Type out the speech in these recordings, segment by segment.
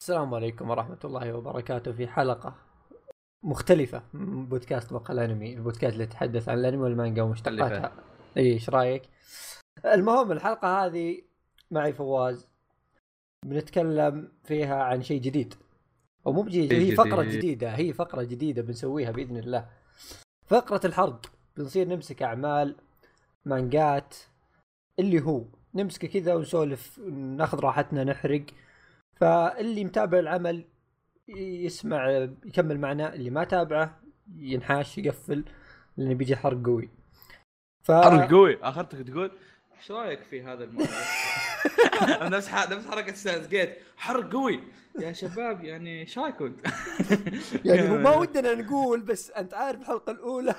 السلام عليكم ورحمة الله وبركاته في حلقة مختلفة من بودكاست مقال أنمي، البودكاست اللي يتحدث عن الأنمي والمانجا ومشتقاتها. إيش رأيك؟ المهم الحلقة هذه معي فواز، بنتكلم فيها عن شيء جديد أو مو جديد، هي فقرة جديدة بنسويها بإذن الله. فقرة الحرق، بنصير نمسك أعمال مانجات اللي هو نمسك كذا ونسولف، ناخذ راحتنا، نحرق. فاللي متابع العمل يسمع يكمل معنا، اللي ما تابعه ينحاش يقفل لأنه بيجي حرق قوي. حرق قوي آخرتك تقول ايش رايك في هذا المؤلف؟ نفس حركة ستانز جيت، حرق قوي يا شباب، يعني ايش رايكم؟ يعني هو ما ودنا نقول، بس انت عارف الحلقة الأولى.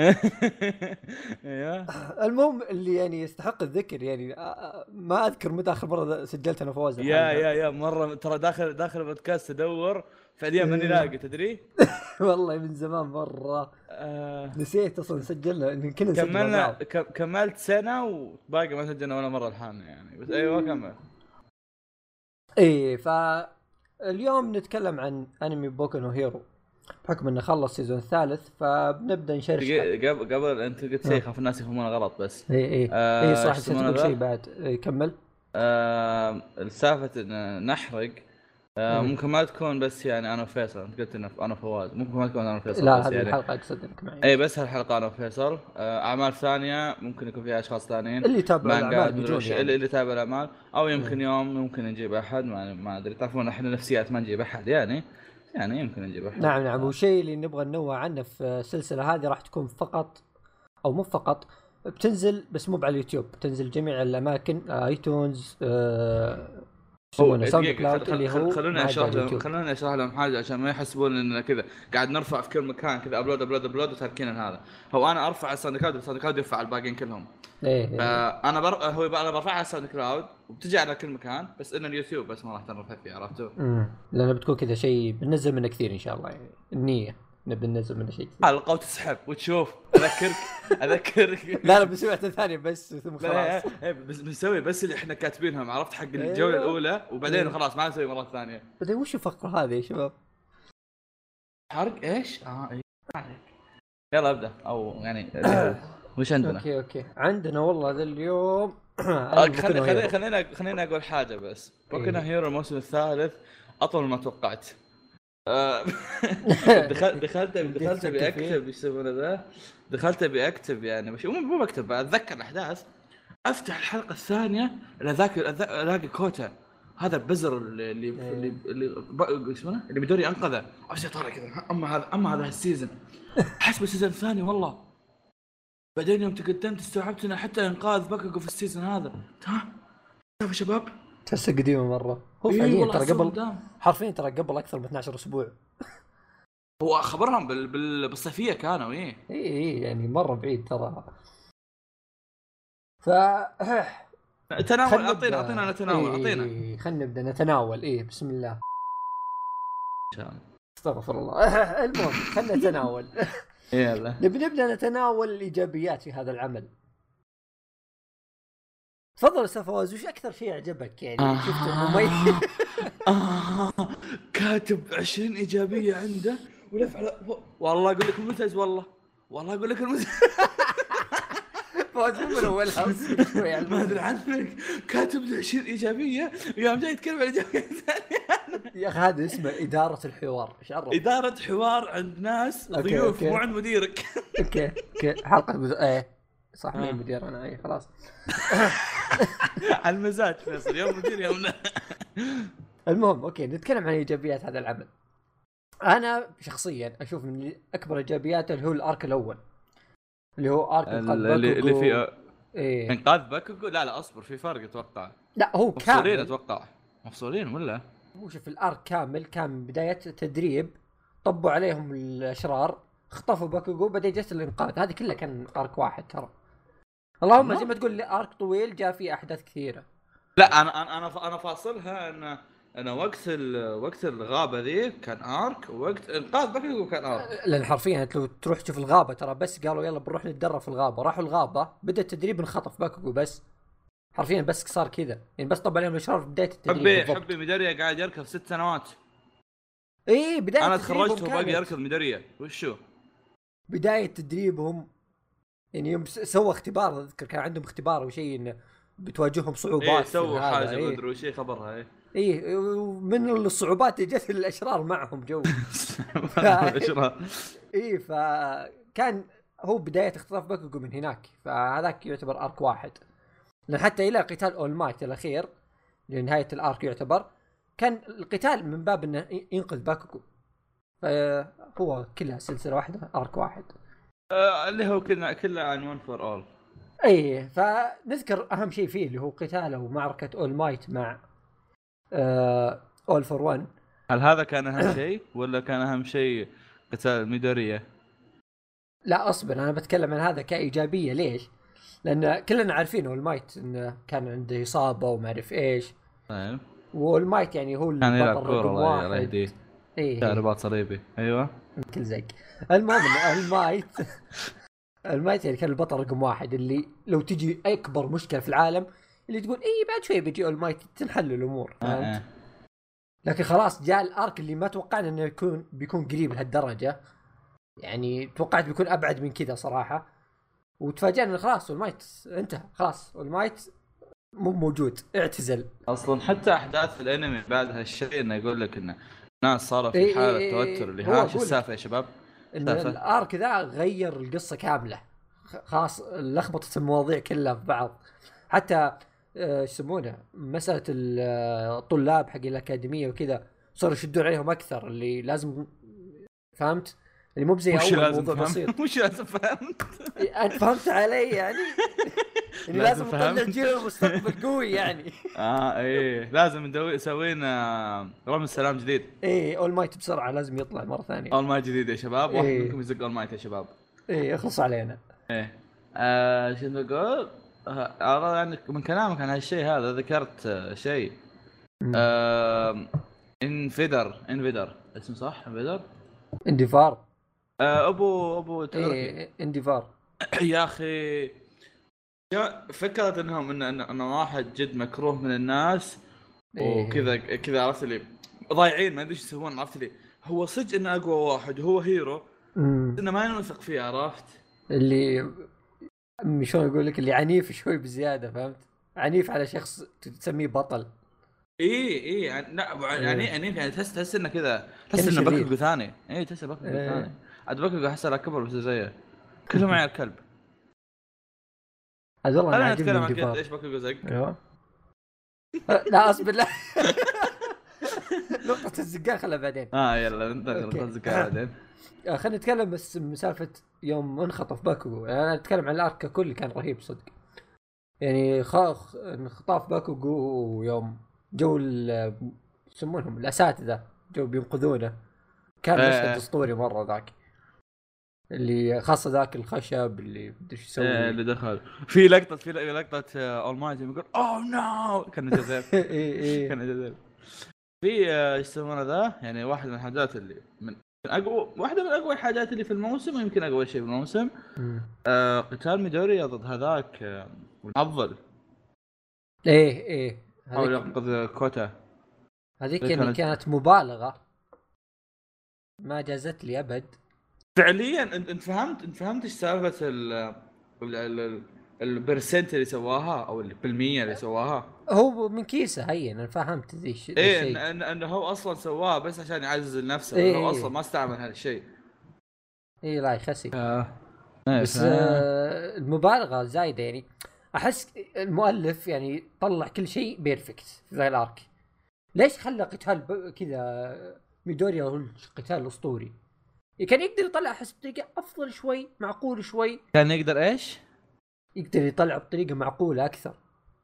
المهم اللي يعني يستحق الذكر، يعني ما اذكر متى اخر مرة سجلت انا فواز. يا مرة ترى داخل البودكاست ادور فعليا ماني لاقي، تدري؟ والله من زمان مرة نسيت اصلا سجلنا ان كنا كملت سنة وباقي ما سجلنا ولا مرة الحين يعني، بس ايوه كمل. ايه، فاليوم نتكلم عن انمي بوكو نو هيرو، بحكم انه خلص سيزون الثالث فبنبدا نشرح. قبل انت قلت شيء خاف الناس يفهمونه غلط، بس اي صح، تقول شيء بعد. كمل. السالفة نحرق ممكن ما تكون بس يعني انا وفيصل، انت قلت ان انا فواز، ممكن ما تكون انا وفيصل، لا بس هذه يعني الحلقه اقصد انك معي. اي بس هالحلقه انا وفيصل. اعمال ثانيه ممكن يكون فيها اشخاص ثانيين اللي يتابعوا الاعمال بيجون، يعني اللي يتابع الاعمال، او يمكن يوم ممكن نجيب احد، ما ادري، تعرفون احنا نفسيات ما نجيب احد يعني يمكن نجيب احد. نعم والشيء اللي نبغى ننوه عنه في السلسله هذه راح تكون فقط او مو فقط بتنزل، بس مو على اليوتيوب، بتنزل جميع الاماكن، ايتونز، ساوند كلاود، اللي هو خلوني اشرح لهم حاجه عشان ما يحسبون اننا كذا قاعد نرفع في كل مكان كذا ابلود وتركين هذا. هو انا ارفع على الساوند كلاود والساوند كلاود يرفع على الباقيين كلهم. انا انا برفعها على الساوند كلاود وبتجي على كل مكان، بس ان اليوتيوب بس ما راح ترفع فيه، عرفتوا؟ لانه بتكون كذا شيء بننزل منه كثير ان شاء الله، يعني النيه نبي ننزل منه شيء كثير. حلقه وتسحب وتشوف. اذكرك لا بسوي ثانيه بس ثم خلاص. بنسوي بس اللي احنا كاتبينهم، عرفت، حق الجوله الاولى، وبعدين خلاص ما نسوي مره ثانيه. بعدين وش الفقره هذه يا شباب؟ حرق ايش؟ يلا ابدا، او يعني وش عندنا؟ اوكي عندنا والله ذا اليوم. خلينا اقول حاجه بس. بوكو نو هيرو الموسم الثالث اطول ما توقعت. دخلت بأكتب يسمونه ذا، دخلت بأكتب يعني مش مو بكتب، أتذكر الأحداث، أفتح الحلقة الثانية ألاقي كوتا، هذا البزر اللي اسمه اللي بدوري أنقذه، أبصر طالع كذا، أما هذا السيزن حسب السيزن الثاني والله. بعدين يوم تقدمت استوعبت إنه حتى إنقاذ باكوغو في السيزن هذا. شوفوا شباب، تحسه قديمة مرة. هو فعليا ترى قبل حرفيا، ترى قبل أكثر من 12 أسبوع. هو خبرهم بالصيفية كانوا إيه يعني مرة بعيد ترى. تناول، أعطينا نتناول. أعطينا خلنا نبدأ نتناول. بسم الله. استغفر الله. المهم خلنا نتناول. يلا نبدأ نتناول الإيجابيات في هذا العمل. تفضل استاذ فواز، وش اكثر شيء عجبك يعني شفته مميز؟ كاتب 20 ايجابيه عنده ولف والله اقول لك المنتج، والله اقول لك المنتج. فواز من اولها ما ادري عنك، كاتب 20 ايجابيه ويوم جاي يتكلم عن الايجابيه الثانيه. يا اخي هذا اسمه اداره الحوار. ايش عرف؟ اداره حوار عند ناس ضيوف، مو عند مديرك. اوكي حلقه صح، مين مدير انا؟ خلاص. على المزاج فيصل، يوم مدير يوم لا. المهم اوكي، نتكلم عن ايجابيات هذا العمل. انا شخصيا اشوف من اكبر ايجابياته اللي هو الارك الاول، اللي هو ارك اللي فيه انقاذ باكوغو. لا اصبر، في فرق اتوقع. لا هو مفصولين، اتوقع مفصولين ولا هو؟ شوف الارك كامل كان من بدايه تدريب، طبوا عليهم الاشرار، خطفوا باكوغو، بعدين جت الانقاذ. هذه كلها كان ارك واحد ترى. اللهم زي ما تقول لي ارك طويل جاء فيه احداث كثيره. لا انا فاصلها ان انا وقت الغابه ذي كان ارك، ووقت انقاذ باكوغو كان ارك. لان حرفيا لو تروح تشوف الغابه ترى، بس قالوا يلا بنروح نتدرب في الغابه، راحوا الغابه بدا التدريب، انخطف باكوغو بس. حرفيا بس صار كذا يعني، بس طب عليهم الاشرار في بدايه التدريب. حبي ميداريا قاعد يركض 6 سنوات. ايه بدايه انا تخرجت وباقي يركض ميداريا وشو بدايه تدريبهم يعني يوم سوى اختبار، اذكر كان عندهم اختبار او شيء انه بتواجههم صعوبات. ايه سووا حاجه ما إيه. ادري وش خبرها. ايه ايه من الصعوبات جت الاشرار معهم جو. الاشرار ايه فكان هو بدايه اختطاف باكوغو من هناك، فهذاك يعتبر ارك واحد، لان حتى الى قتال اول مايت الاخير لنهايه الارك يعتبر كان القتال من باب انه ينقذ باكوغو، فهو كلها سلسله واحده ارك واحد. اللي هو كله عن ون فور اول. ايه فنذكر اهم شيء فيه اللي هو قتاله ومعركه اول مايت مع اول فور ون. هل هذا كان اهم شيء ولا كان اهم شيء قتال ميدوريا؟ لا اصبر، انا بتكلم عن هذا كايجابيه. ليش؟ لان كلنا عارفين اول مايت انه كان عنده اصابه وما اعرف ايش. طيب واول مايت يعني هو كان يلعب البطل كوره رقم الله واحد. يهديه. ايه رباط صليبي ايوه كل زق. المهم المايت المايت يعني كان البطل رقم واحد اللي لو تجي اكبر مشكله في العالم اللي تقول ايه بعد شوي بيجي اول مايت تنحل الامور، فهمت؟ لكن خلاص جاء الارك اللي ما توقعنا انه بيكون قريب لهالدرجه، يعني توقعت بيكون ابعد من كذا صراحه، وتفاجئنا خلاص المايت انتهى، خلاص المايت مو موجود، اعتزل اصلا. حتى احداث الانمي بعد هالشيء انه يقول لك انه الناس صاروا في حاله توتر اللي ها شو السالفه يا شباب. الارك ذا غير القصه كامله، خلاص لخبطت المواضيع كلها في بعض. حتى يسمونه مساله الطلاب حق الاكاديميه وكذا صاروا يشدون عليهم اكثر، اللي لازم فهمت اللي مو بزي اول موضوع بسيط. مش لازم فهمت انت فهمت علي يعني يعني لازم نطلع جيل المستقبل قوي يعني. ايه لازم نسوين رمز سلام جديد. ايه اول مايت بسرعه لازم يطلع مره ثانيه. اول مايت جديد يا شباب. واحد إيه. منكم يزق اول مايت يا شباب. ايه اخلص علينا. ايه شنو نقول؟ يعني من كلامك عن هالشيء هذا ذكرت شيء. انفيدر اسمه صح؟ انديفار. ابو تركي. ايه انديفار. يا اخي فكرت انهم ان واحد جد مكروه من الناس وكذا كذا، عرفت اللي ضايعين ما ادري ايش يسوون، عرفت اللي هو صدق انه اقوى واحد وهو هيرو انه ما نوثق فيه، عرفت اللي شلون اقول لك اللي عنيف شوي بزياده، فهمت؟ عنيف على شخص تسميه بطل. ايه يعني تحس انه كذا، تحس انه باكوغو ثاني. ايه تحس باكوغو ثاني. عاد باكوغو احس انه كبر بس زيه كلهم معي الكلب. هذا والله انا اتكلم عن كذا ايش باكوغو زق. ايوه لا اصبر لا نقطة الزقان خلها بعدين. يلا ننتقل الزقان بعدين. خلينا نتكلم بس مسافة يوم انخطف باكوغو. انا اتكلم عن الارك ككل كان رهيب صدق، يعني انخطاف باكوغو ويوم جو يسمونهم الاساتذة جو بينقذونه كان مشهد اسطوري مرة ذاك، اللي خاصة ذاك الخشب اللي بدي يسوي اللي دخل في لقطة اول مايت يقول اوه نو كان جذاب. كان جذاب. في ايش يسمونه ذا، يعني واحد من الحاجات اللي من واحدة من اقوى الحاجات اللي في الموسم ويمكن اقوى شيء في الموسم قتال ميدوريا ضد هذاك المعضل. ايه حاول ينقذ كوتا. هذيك يعني كانت مبالغة ما جازت لي ابد فعليا. انت فهمت ايش سالفه البرسنت اللي سواها او بالمية اللي سواها؟ هو من كيسه هين انا فهمت ذي الشيء. ايه انه هو اصلا سواها بس عشان يعزز نفسه. إيه هو اصلا ما استعمل هالشيء. ايه لا يخسي بس المبالغه زايده يعني. احس المؤلف يعني طلع كل شيء بيرفكت في ذا الارك. ليش خلى قتال كذا ميدوريا هو القتال الاسطوري؟ كان يقدر يطلع احس بطريقه افضل شوي، معقول شوي. كان يقدر ايش؟ يقدر يطلع بطريقه معقوله اكثر.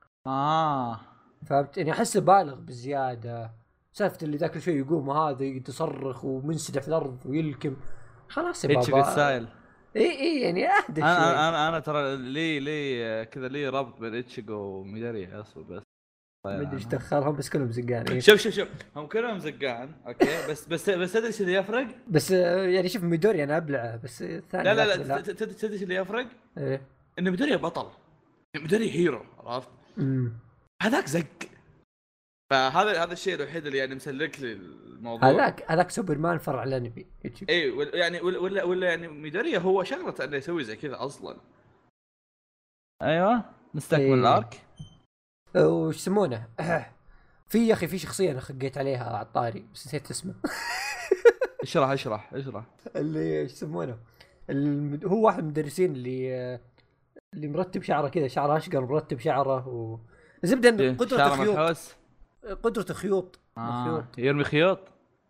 فهمت يعني؟ احس بالغ بزياده. سالفه اللي ذاك الشيء يقوم هذا يتصرخ ومنسدح في الارض ويلكم، خلاص يا بابا ستايل. ايه يعني اهدى شوي. انا ترى لي كذا لي ربط بين اتشيجو وميداريا اصلا بس ما ادري ايش دخلهم بس كلهم زقان. شوف هم كلهم زقان اوكي بس تدري ايش اللي يفرق؟ بس يعني شوف ميدوريا انا ابلعه بس الثاني لا تدري ايش اللي يفرق؟ ايه ان ميدوريا بطل، ميدوريا هيرو، عرفت؟ هذاك زق. فهذا الشيء الوحيد اللي يعني مسلك لي الموضوع. هذاك سوبرمان فرع الانمي. اي يعني ولا يعني ميدوريا هو شغلته انه يسوي زي كذا اصلا. ايوه نستكمل الارك. وش يسمونه في يا اخي في شخصيه انا خقيت عليها على الطاري بس نسيت اسمه. اشرح اللي ايش يسمونه هو واحد من المدرسين اللي مرتب شعره كذا، شعره اشقر مرتب شعره زبده ان قدرته خيوط. قدرته خيوط. يرمي خيوط.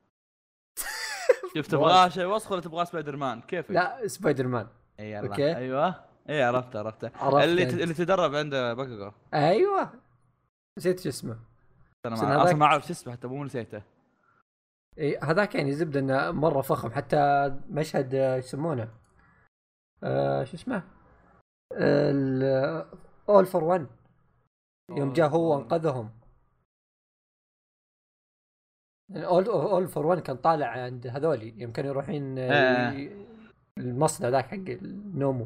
شفت تبغاه شيء وسخ ولا تبغاه سبايدر مان كيف؟ لا سبايدر مان. اوكي ايوه اي عرفته اللي تدرب عنده باكوغو. ايوه نسيت شو اسمه. انا اصلا ما اعرف شو اسمه حتى مو نسيته. اي هذاك يعني زبده انه مره فخم. حتى مشهد يسمونه شو اسمه اول فور 1 يوم جاء هو انقذهم. اول فور 1 كان طالع عند هذولي يوم كانوا يروحين المصنع ذاك حق النومو.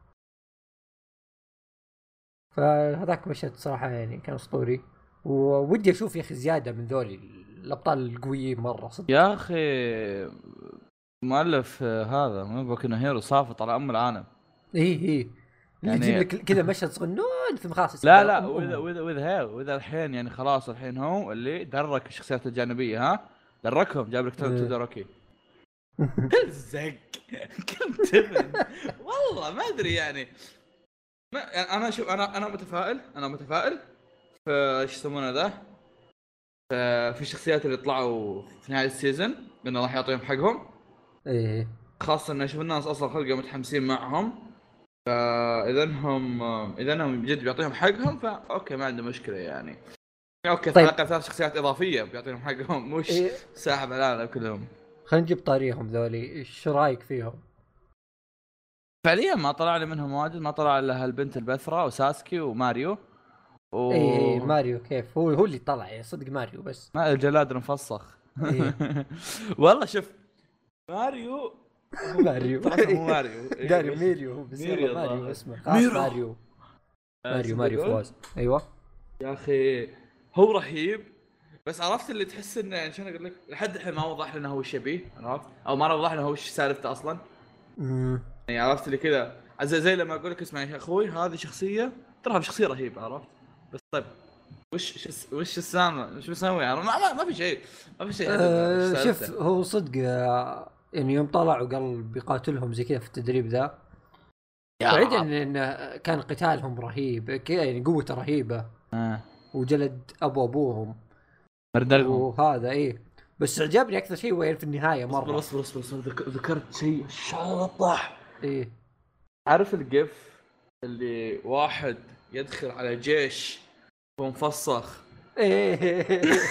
فهذاك مشهد صراحه يعني كان اسطوري. وودي اشوف يا اخي زياده من ذولي الابطال القويين مره صدق. يا اخي مؤلف هذا مو بوكو هيرو صافط على ام العالم. ايه يعني يجيب لك كذا مشهد صغنون ثم خلاص. لا واذا الحين يعني خلاص الحين هو اللي درك الشخصيات الجانبيه دركهم جاب لك تودوروكي. زق كم تبن والله ما ادري يعني انا شوف انا متفائل في ايش يسمونه ذا في الشخصيات اللي طلعوا في نهايه السيزون انه راح يعطيهم حقهم. ايه خاصه ان اشوف الناس اصلا خلقوا متحمسين معهم. فاذا انهم بجد بيعطيهم حقهم فاوكي ما عنده مشكله يعني. اوكي طيب. على 3 شخصيات اضافيه بيعطيهم حقهم مش ساحب على كلهم. خلينا نجيب طاريهم ذولي ايش رايك فيهم؟ فعليا ما طلع لي منهم واجد. ما طلع الا هالبنت البثرة وساسكي وماريو ايه ماريو كيف هو اللي طلع يا صدق ماريو بس ما الجلاد مفسخ. إيه. والله شوف ماريو ماريو داري ميريو بس ماريو اسمه ماريو فواز. ايوه يا اخي هو رهيب. بس عرفت اللي تحس انه يعني شلون اقول لك لحد الحين ما وضح لنا هو شبيه عرفت او ما وضح لنا هو ايش سالفته اصلا. يعني عرفت اللي كذا زي لما اقول لك اسمع يا اخوي هذه شخصيه ترى شخصيه رهيبه عرفت. بس طيب وش السالفه شو بسوي يعني ما في شيء شوف هو صدق يعني يوم طلع وقال بيقاتلهم زي كذا في التدريب ذا بعيدا ان كان قتالهم رهيب كذا يعني قوته رهيبه وجلد ابوهم مردلهم وهذا ايه. بس عجبني اكثر شيء وين في النهايه مره اصبر ذكرت شيء شاطح. ايه عارف القف اللي واحد يدخل على جيش ومفسخ. ايه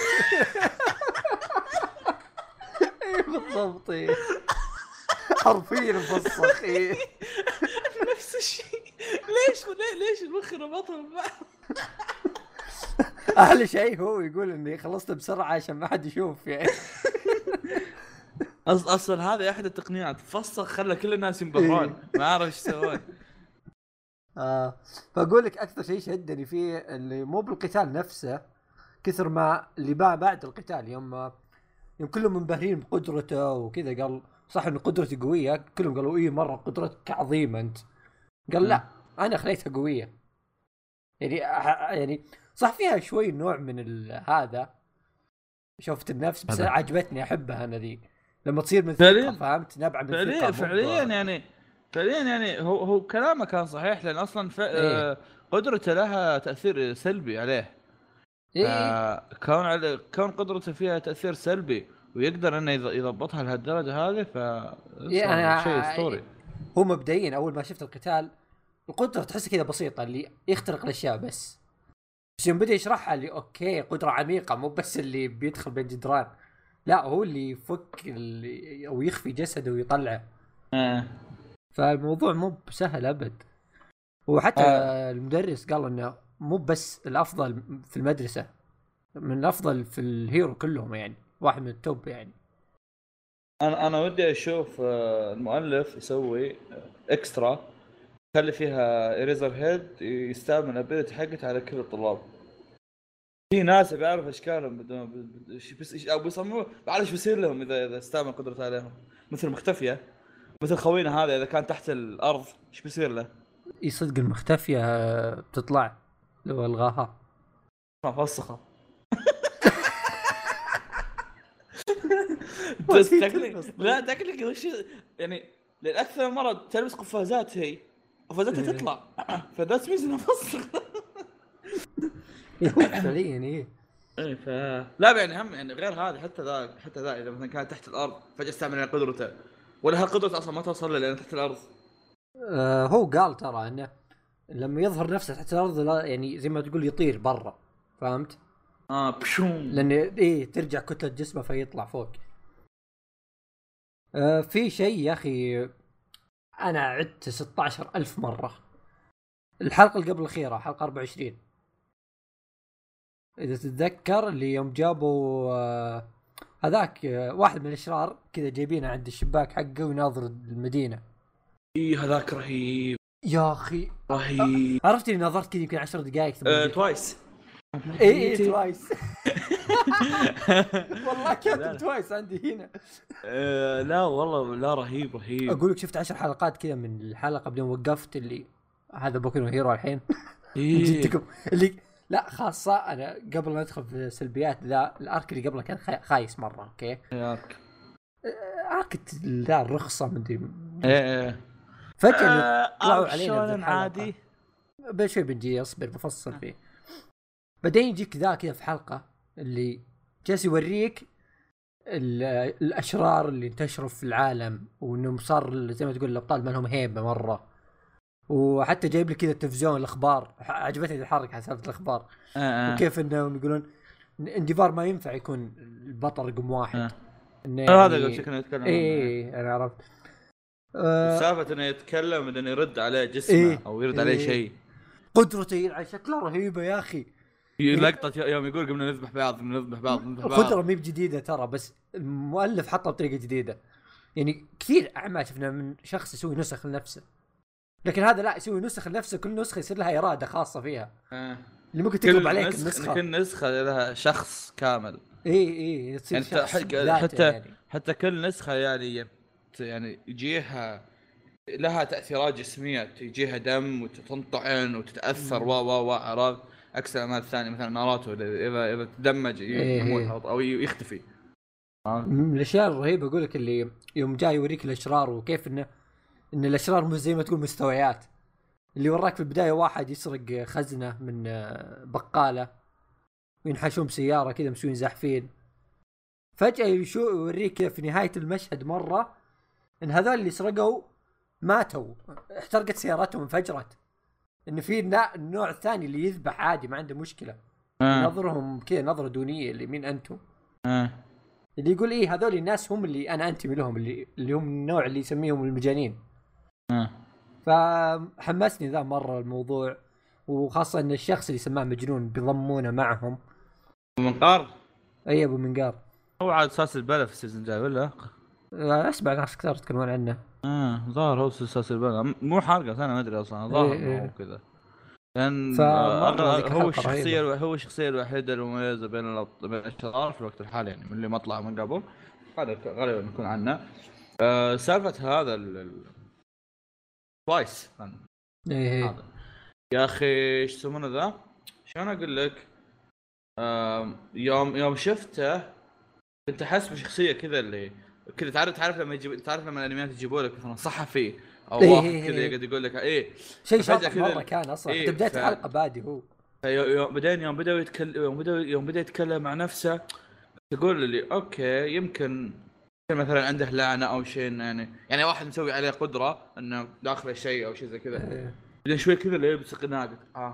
بالضبط ايه حرفيا مفسخ ايه نفس الشيء. ليش المخ ربطهم ببعض؟ احلى شيء هو يقول اني خلصت بسرعه عشان ما حد يشوف يعني. اصلا هذا احد التقنيات فسخ خلى كل الناس ينبهرون ما اعرف ايش يسوون. فاقول لك اكثر شيء شدني فيه اللي مو بالقتال نفسه كثر ما اللي بعد القتال يوم كلهم منبهرين بقدرته وكذا. قال صح ان قدرتي قويه كلهم قالوا ايه مره قدرتك عظيمه انت. قال لا انا خليتها قويه يعني صح فيها شوي نوع من هذا شفت النفس بس عجبتني احبها انا ذي لما تصير من ثقه فهمت نبعه من ثقه فعليا يعني هو كلامه كان صحيح لان اصلا قدرته لها تاثير سلبي عليه. كون قدرته فيها تاثير سلبي ويقدر انه يضبطها لهالدرجه هذه يعني شيء اسطوري. هو مبدئيا اول ما شفت القتال القدره تحس كذا بسيطه اللي يخترق الاشياء بس يوم بدا يشرحها اللي اوكي قدره عميقه مو بس اللي بيدخل بين جدران لا هو اللي يفك او يخفي جسده ويطلعه. فالموضوع مو بسهل ابد. وحتى المدرس قال انه مو بس الافضل في المدرسه من الافضل في الهيرو كلهم يعني واحد من التوب يعني. انا ودي اشوف المؤلف يسوي اكسترا خلي فيها إيريزر هيد يستعمل الابيلتي حقته على كل الطلاب. في ناس بيعرف اشكالهم بدون بس او بيصمموا بعرف ايش بيصير لهم اذا استعمل قدرته عليهم، مثل مختفيه، مثل خوينا هذا اذا كان تحت الارض ايش بيصير له؟ يصدق المختفيه بتطلع لو الغاها فسخه. بس لا تكنيك وش يعني للاكثر مره تلبس قفازات، هي قفازاتها تطلع فذا ميز انها فسخه. فعليا ايه لا يعني هم يعني غير هذا حتى ذا اذا مثلا كان تحت الارض فجاه استعمل قدرته، ولا هالقدرة اصلا ما توصل له لان تحت الارض. هو قال ترى انه لما يظهر نفسه تحت الارض لا يعني زي ما تقول يطير برا، فهمت؟ بشوم لان ترجع كتلة جسمه فيطلع فوق. في شيء يا اخي انا عدت 16,000 مرة الحلقة اللي قبل الأخيرة، حلقة 24 إذا تتذكر، اللي يوم جابوا هذاك واحد من الأشرار كذا جايبينه عند الشباك حقه ويناظر المدينة. ايه هذاك رهيب يا أخي رهيب. عرفت اني نظرت كذا يمكن 10 دقائق توايس. اي توايس. والله كاتب توايس عندي هنا. لا والله لا رهيب اقول لك شفت 10 حلقات كذا من الحلقه بدون وقفت اللي هذا بوكو هيرو الحين. جدكم اللي لا خاصه انا قبل ما ادخل في سلبيات ذا الارك اللي قبله كان خايس مره. اوكي ارك ذا الرخصه مدري فجاه طلعوا علينا عادي بشوي بنجي اصبر بفصل فيه. بعدين يجيك ذا كذا في حلقه اللي جالس يوريك الاشرار اللي انتشروا في العالم وانهم صار زي ما تقول الابطال ما لهم هيبه مره، وحتى جايب لي كذا التلفزيون الاخبار. عجبتني الحركه حسابة الاخبار وكيف انهم يقولون انديفار ما ينفع يكون البطل رقم واحد. هذا اللي شكله يتكلم ايه انا عرفت سالفه انه يتكلم انه يرد عليه جسمه او يرد عليه شيء. قدرته على شكله رهيبه يا اخي. لقطه يوم يقول قبل نذبح بعض قدره مي بجديده ترى، بس المؤلف حطها بطريقه جديده. يعني كثير اعمال شفنا من شخص يسوي نسخ لنفسه، لكن هذا لا يسوي نسخ لنفسه، كل نسخه يصير لها اراده خاصه فيها اللي ممكن تكتب عليك النسخه. كل نسخه لها شخص كامل. تصير حتى كل نسخه يعني يجيها لها تاثيرات جسميه، يجيها دم وتنطعن وتتاثر عرفت عكس الاعمال الثانيه مثلا ناروتو اذا تدمج يموت او يختفي. من الاشياء الرهيبه اقول لك اللي يوم جاي يوريك الاشرار وكيف ان الاشرار مو زي ما تقول مستويات. اللي وراك في البدايه واحد يسرق خزنه من بقاله وينحشون بسياره كذا مسوين زاحفين، فجاه يوريك كذا في نهايه المشهد مره ان هذول اللي سرقوا ماتوا، احترقت سيارتهم انفجرت. ان في النوع الثاني اللي يذبح عادي ما عنده مشكله. نظرهم كذا نظره دونيه اللي مين انتم اللي يقول ايه هذول الناس هم اللي انا انتمي لهم، اللي هم النوع اللي يسميهم المجانين. فحمسني ذا مره الموضوع، وخاصه ان الشخص اللي سماه مجنون بيضمونه معهم. منقار اي ابو منقار هو عاد اساس البلا في السيزون الجاي ولا اسمع ناس كثار يتكلمون عنه. ظاهر هو اساس البلا مو حرقه انا ما ادري اصلا ظاهر هو كذا لان هو الشخصيه الوحيده المميزه بين الاشرار في الوقت الحالي يعني من اللي ما طلع من قبل. هذا غالبا نكون عنه. سالفه هذا توايس هذا يا اخي ايش يسمونه ذا شلون اقول لك. يوم شفته كنت احس بشخصيه كذا اللي كذا تعرف لما الانميات يجيبوا لك مثلا صحفي او واحد كذا يقعد يقول لك شيء شاطح مره كان اصلا بدايه الحلقه بادي هو بعدين يوم بدا يتكلم مع نفسه تقول لي اوكي يمكن مثلا عنده لعنه او شيء يعني واحد مسوي عليه قدره انه داخله شيء او شيء زي كذا. بعدين شوي كذا اللي يلبس قناع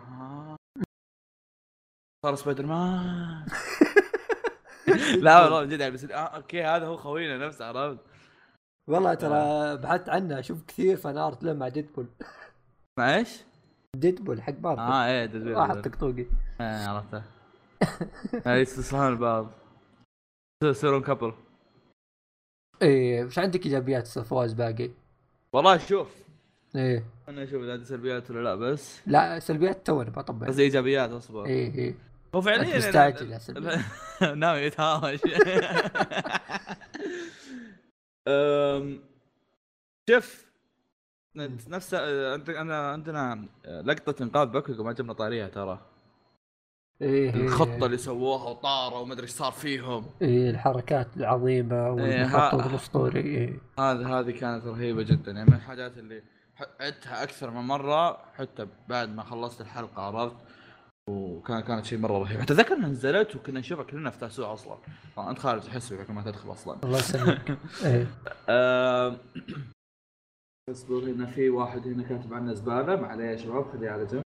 صار سبايدر مان. لا والله جد بس اوكي هذا هو خوينا نفسه عرفت. والله ترى بحثت عنه اشوف كثير فنارت له مع ديدبول. مع ايش؟ ديدبول حق مارفل. ايه ديدبول واحد طقطوقي عرفته. يستصلحون البعض يصيرون كابل. ايه وش عندك ايجابيات فواز باقي؟ والله شوف ايه انا اشوف اذا عندي سلبيات ولا لا، بس لا سلبيات تو انا بطبق. بس ايجابيات اصبر. ايه هو انت فعليا مستعجل يا سلبيات. ناوي يتهاوش. شوف نفس انا عندنا لقطه انقاذ باكوغو ما جبنا طاريها ترى. الخطه اللي سووها وطاروا وما ادري ايش صار فيهم. ايه الحركات العظيمه والمخطط الاسطوري. إيه. هذه كانت رهيبه جدا، يعني من الحاجات اللي عدتها اكثر من مره حتى بعد ما خلصت الحلقه، عرفت. كانت شيء مره رهيب. اتذكر انها نزلت وكنا نشوفها كلنا في تاسوع اصلا. انت خارج تحس فيك ما تدخل اصلا. الله يسلمك. ايه اصبر، هنا في واحد هنا كاتب عنا زباله، ما عليه يا شباب خليه على جنب.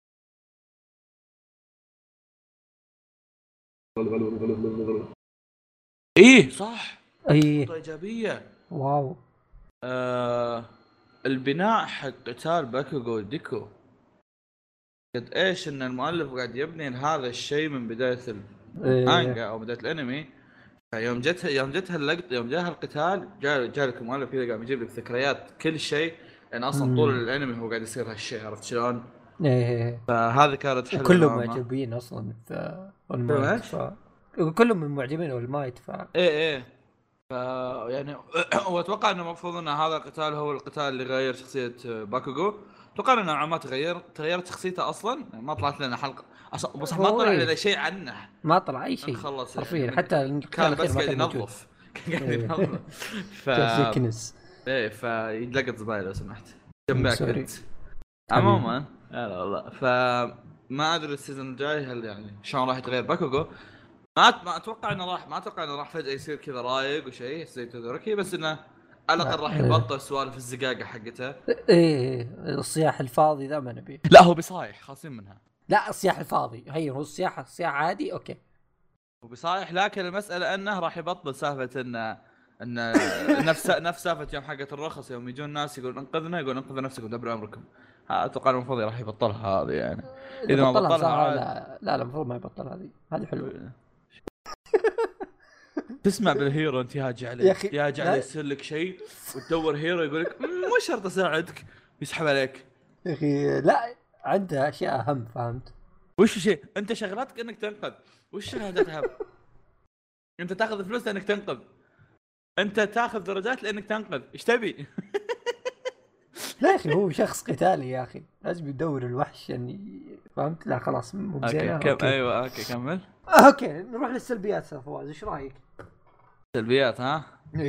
ايه صح، ايه نقطة ايجابيه. واو. البناء حق قتال باكوغو ديكو قد ايش ان المؤلف قاعد يبني هذا الشيء من بدايه المانجا او بدايه الانمي. فيوم جتها اللقطه، يوم جاء القتال جاء لك المؤلف كذا قاعد يجيب لك ذكريات كل شيء، لان اصلا طول الانمي هو قاعد يصير هالشيء، عرفت شلون؟ ايه فهذه كانت حلوه. كلهم معجبين اصلا في المايت كلهم من معجبين والمايت ايه ف يعني واتوقع انه المفروض ان هذا القتال هو القتال اللي غير شخصيه باكوغو. اتوقع انه نوعا ما تغيرت شخصيته اصلا، ما طلعت لنا حلقه بس ما طلع لنا شيء عنه، ما طلع اي شيء حرفيا يعني حتى كان بس قاعد ينظف. قاعد ينظف كنس. ايه فيلقط زبايل لو سمحت جنبك انت. عموما لا والله فما ادري السيزون الجاي هل يعني شلون راح يتغير باكوغو. ما اتوقع انه راح فجاه يصير كذا رايق وشيء زي تودوروكي، بس انه على الاقل راح يبطل سوالف الزقاقه حقته. ايه الصياح الفاضي ذا ما نبي. لا هو بصايح خاصين منها. لا الصياح الفاضي هي هو الصياح عادي اوكي هو بصايح، لكن المساله انه راح يبطل سالفه ان نفس سالفه يوم حقه الرخص، يوم يجون الناس يقول انقذنا، يقول انقذوا نفسكم دبروا امركم. اتوقع المفروض راح يبطلها هذه يعني. اذا ما بطلها لا المفروض ما يبطل هذه حلوه. تسمع بالهيرو انت يا جعل يصير لك شيء وتدور هيرو يقول لك مو شرط اساعدك، يسحب عليك يا اخي. لا عنده اشياء اهم، فهمت؟ وش شيء انت شغلتك انك تنقذ، وش شهادتها؟ انت تاخذ فلوس لانك تنقذ، انت تاخذ درجات لانك تنقذ، ايش تبي؟ لا يا اخي هو شخص قتالي يا اخي، لازم يدور الوحش يعني، فهمت؟ لا خلاص مو بزين. ايوه اوكي كمل. اوكي نروح للسلبيات. فواز ايش رايك؟ سلبيات ها؟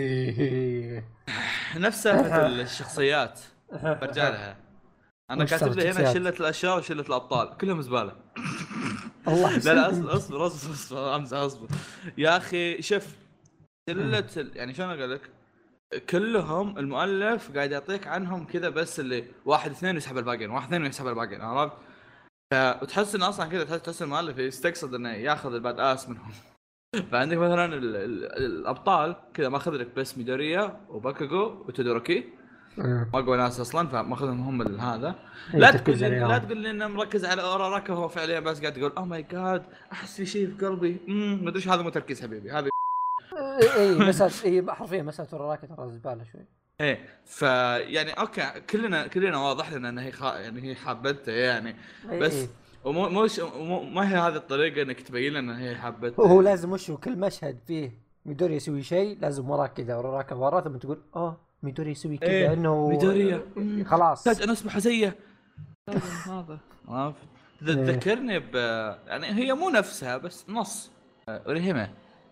نفس نفس الشخصيات برجع لها. انا كاتب لي هنا شله الاشرار وشله الابطال كلهم زباله. الله لا اصبر يا اخي. شوف شله يعني شلون اقول لك، كلهم المؤلف قاعد يعطيك عنهم كذا، بس اللي واحد اثنين يسحب الباقيين، واحد اثنين يسحب الباقيين، عرفت؟ وتحس انه اصلا كذا تحس المؤلف يستقصد انه ياخذ الباد اس منهم. فعندك مثلا الابطال كذا ماخذ لك بس ميدوريا وباكوغو وتودوروكي، اقوى ناس اصلا، فماخذهم هم هذا. لا تقول لي انه مركز على اوراراكا، هو فعليا بس قاعد يقول او ماي جاد احس في شيء في قلبي. ما ادري هذا مو تركيز حبيبي، هذا اي مساله، اي حرفيا مساله اوراراكا ترى زباله شوي. ايه يعني اوكي كلنا واضح لنا ان هي يعني هي حابته يعني، بس ومو ما هي هذه الطريقه انك تبين لنا ان هي حابته. هو لازم وش كل مشهد فيه ميدوريا يسوي شيء لازم وراك كذا اوراراكا وراه ثم تقول ميدوريا يسوي كذا. إيه انه ميدوريا خلاص فجاه نصبح زيه هذا. عرفت تذكرني يعني هي مو نفسها بس نص اوريهيما،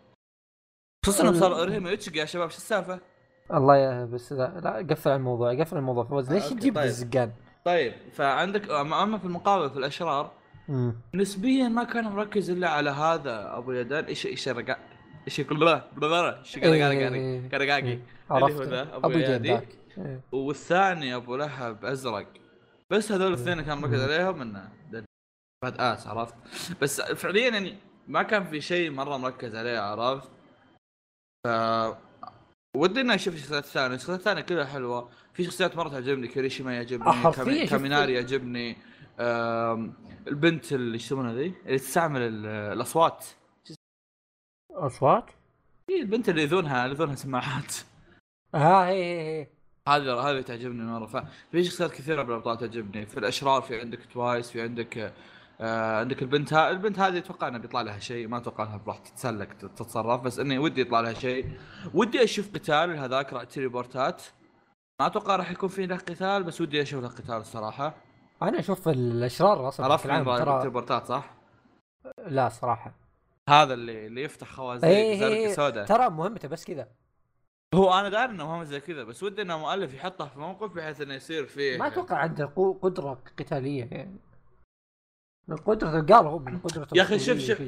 خصوصا صار اوريهيما يتشقى يا شباب. شو السالفه؟ الله يا بس لا قفل الموضوع فوز. ليش تجيب الزقان؟ طيب فعندك اما في المقابل في الاشرار نسبيا ما كان مركز الا على هذا ابو يدان. ايش رقع ايش يقول له كرقاقي اللي هو ذا ابو يدان، والثاني ابو لهب ازرق. بس هذول الاثنين كان مركز عليهم انه باد اس، عرفت؟ بس فعليا يعني ما كان في شيء مره مركز عليه، عرفت؟ ف ودنا نشوف الشخصيات الثانية كلها حلوة. في شخصيات مرة تعجبني، كريشيما يعجبني، كاميناري يعجبني، البنت اللي يسمونها ذي اللي تستعمل الأصوات. أصوات؟ هي البنت اللي يذونها سماعات. هي هذه تعجبني مره. ففي شخصيات كثيره بالابطال تعجبني. في الاشرار في عندك توايس، في عندك عندك البنت هذه اتوقع انه بيطلع لها شيء، ما اتوقع انها راح تتسلك تتصرف، بس اني ودي يطلع لها شيء. ودي اشوف قتال هذاك تيليبورتات، ما اتوقع راح يكون في له قتال، بس ودي اشوف له قتال الصراحه. انا اشوف الاشرار اصلا عرفت بشكل عام ترى. التيليبورتات صح؟ لا صراحه هذا اللي يفتح خوازيق زرق سوداء، ترى مهمته بس كذا. هو انا داري انه مهم زي كذا، بس ودي انه مؤلف يحطه في موقف بحيث انه يصير فيه. ما اتوقع عنده قدره قتاليه يعني، من قدرته قال هو من قدرته يا اخي شوف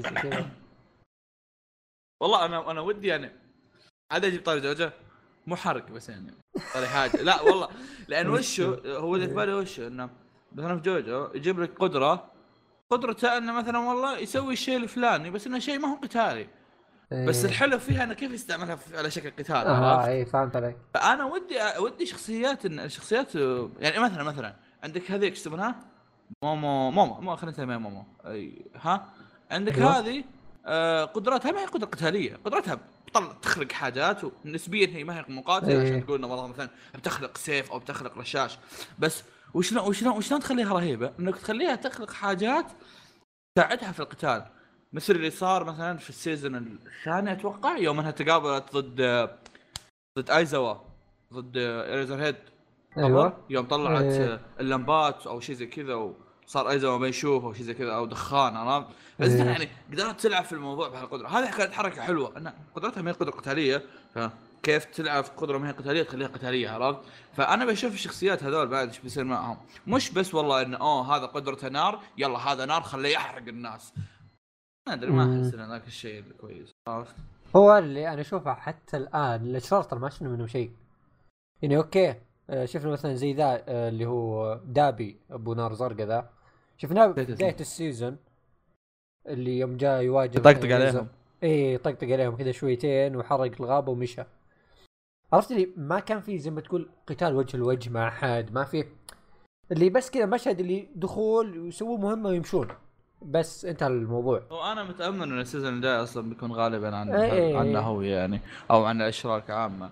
والله انا ودي يعني عاد اجيب طاري جوجو، مو حرق بس يعني طاري حاجه لا والله، لان وشو هو اللي في بالي وشو انه مثلا في جوجو يجيب لك قدرته انه مثلا والله يسوي الشيء الفلاني، بس انه شيء ما هو قتالي. بس الحلو فيها انه كيف يستعملها على شكل قتال. عرفت؟ اي فهمت عليك. فانا ودي شخصيات، ان الشخصيات يعني مثلا عندك هذيك يسمونها مومو خلينا نسميها مومو. ها عندك أيوة. هذه قدراتها ما هي قدرة قتالية، قدرتها تخلق حاجات، ونسبيا هي ما هي مقاتلة عشان تقول انه والله مثلا بتخلق سيف او بتخلق رشاش. بس وشلون تخليها رهيبة؟ انك تخليها تخلق حاجات تساعدها في القتال، مثل اللي صار مثلا في السيزون الثاني اتوقع، يوم انها تقابلت ضد ايزاوا، ضد ايريزر هيد. ايوه يوم طلعت اللمبات او شيء زي كذا، وصار ايزاوا ما يشوف او شيء زي كذا، او دخان. عرفت؟ بس يعني قدرت تلعب في الموضوع بهالقدره. هذه كانت حركه حلوه، ان قدرتها ما هي قدره قتاليه، فكيف تلعب قدره ما هي قتاليه تخليها قتاليه. عرفت؟ فانا بشوف الشخصيات هذول بعد ايش بيصير معهم، مش بس والله انه هذا قدرته نار يلا هذا نار خليه يحرق الناس. ما ادري، ما احس ان ذاك الشيء الكويس. عرفت؟ هو اللي انا اشوفه حتى الان الاشرار ترى ما شفنا منه شيء يعني. اوكي شفنا مثلا زي ذا اللي هو دابي ابو نار زرقاء ذا، شفناه بداية السيزون اللي يوم جاء يواجه طقطق عليهم. اي طقطق عليهم كذا شويتين وحرق الغابة ومشى. عرفت لي ما كان في زي ما تقول قتال وجه لوجه مع احد، ما في اللي بس كذا مشهد اللي دخول ويسووا مهمة ويمشون بس انتهى الموضوع. وانا متامل ان السيزون الجاي اصلا بيكون غالبا عن ايه هو يعني، او عن الاشرار كعامه.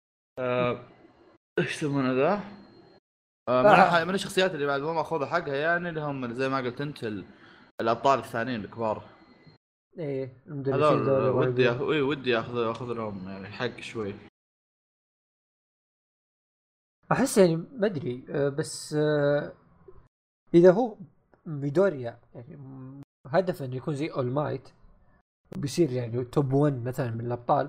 ايش يسمونه ذا؟ من الشخصيات اللي بعد ما ماخذها حقها يعني، اللي هم زي ما قلت انت الابطال الثانيين الكبار. ايه هذول ودي اخذ لهم يعني حق شوي. احس يعني ما ادري بس اذا هو ميدوريا يعني هدفه انه يكون زي اول مايت بيصير يعني توب 1 مثلا من الابطال،